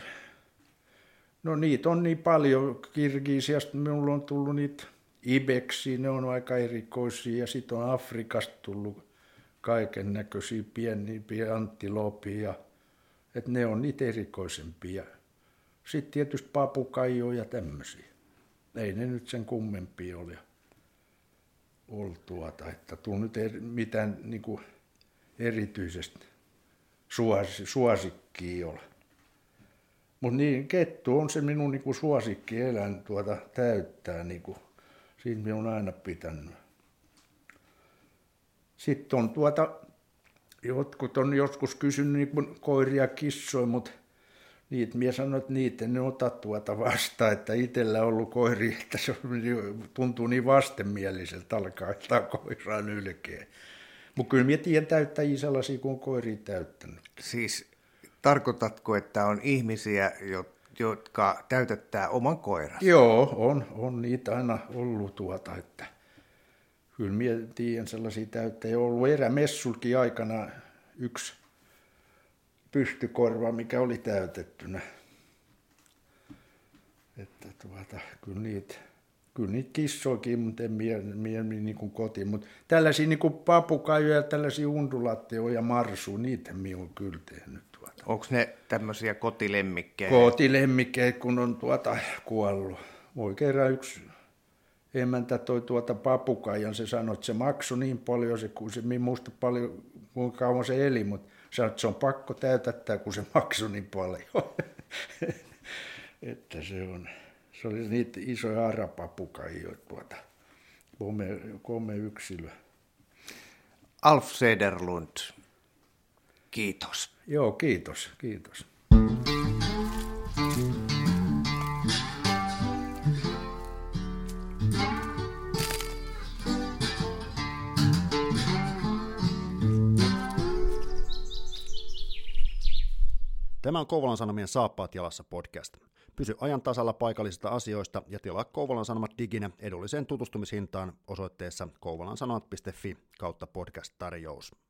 no niitä on niin paljon Kirgisiasta, minulla on tullut niitä ibeksiä, ne on aika erikoisia ja sitten on Afrikasta tullut kaiken näköisiä pieniä antilopia, että ne on niitä erikoisempia. Sitten tietysti papukaijoja ja tämmöisiä. Ei ne nyt sen kummempia ole ollut tuota, että tuu nyt eri, mitään niin kuin erityisesti suosi, suosikkia ole. Mutta niin, kettu on se minun niin kuin suosikkieläin tuota täyttää, niin kuin, siitä minun on aina pitänyt. Sitten on tuota, jotkut on joskus kysynyt niin kuin koiria kissoja, mutta niitä minä sanoin, että niitä en ota tuota vastaan, että itsellä on ollut koiri, että se tuntuu niin vastenmieliseltä alkaa ottaa koiraan ylkeä. Mutta kyllä minä tiedän täyttäjiä sellaisia, kun on koiria täyttänyt. Siis tarkoitatko, että on ihmisiä, jotka täytettää oman koiransa? Joo, on, on niitä aina ollut tuota, että kyllä minä tiedän sellaisia täyttäjiä. On ollut erämessulkin aikana yksi pystykorva, mikä oli täytettynä. Että tuota, kyllä niitä, kyllä niitä kissoikin, mutta en mieluummin niin kuin kotiin. Mutta tällaisia niin kuin papukaijoja ja tällaisia undulaatteja ja marsuja, niitä minä olen kyllä tehnyt. Tuota. Onko ne tämmöisiä kotilemmikkejä? Kotilemmikkejä, kun on tuota kuollut. Voi kerran yksi emäntä toi tuota papukaijan, se sanoi, että se maksoi niin paljon, se, kun se, minä muista paljon, kuinka kauan se eli, mutta sanoi, että se on pakko täytättää, kun se maksoi niin paljon. Että se on, se oli niitä isoja arapapukaijoja tuota, kolme, kolme yksilöä. Alf Sederlund, kiitos. Joo, kiitos, kiitos. Tämä on Kouvolan Sanomien Saappaat jalassa podcast. Pysy ajan tasalla paikallisista asioista ja tilaa Kouvolan Sanomat diginä edulliseen tutustumishintaan osoitteessa kouvolansanomat piste fi kautta podcast-tarjous.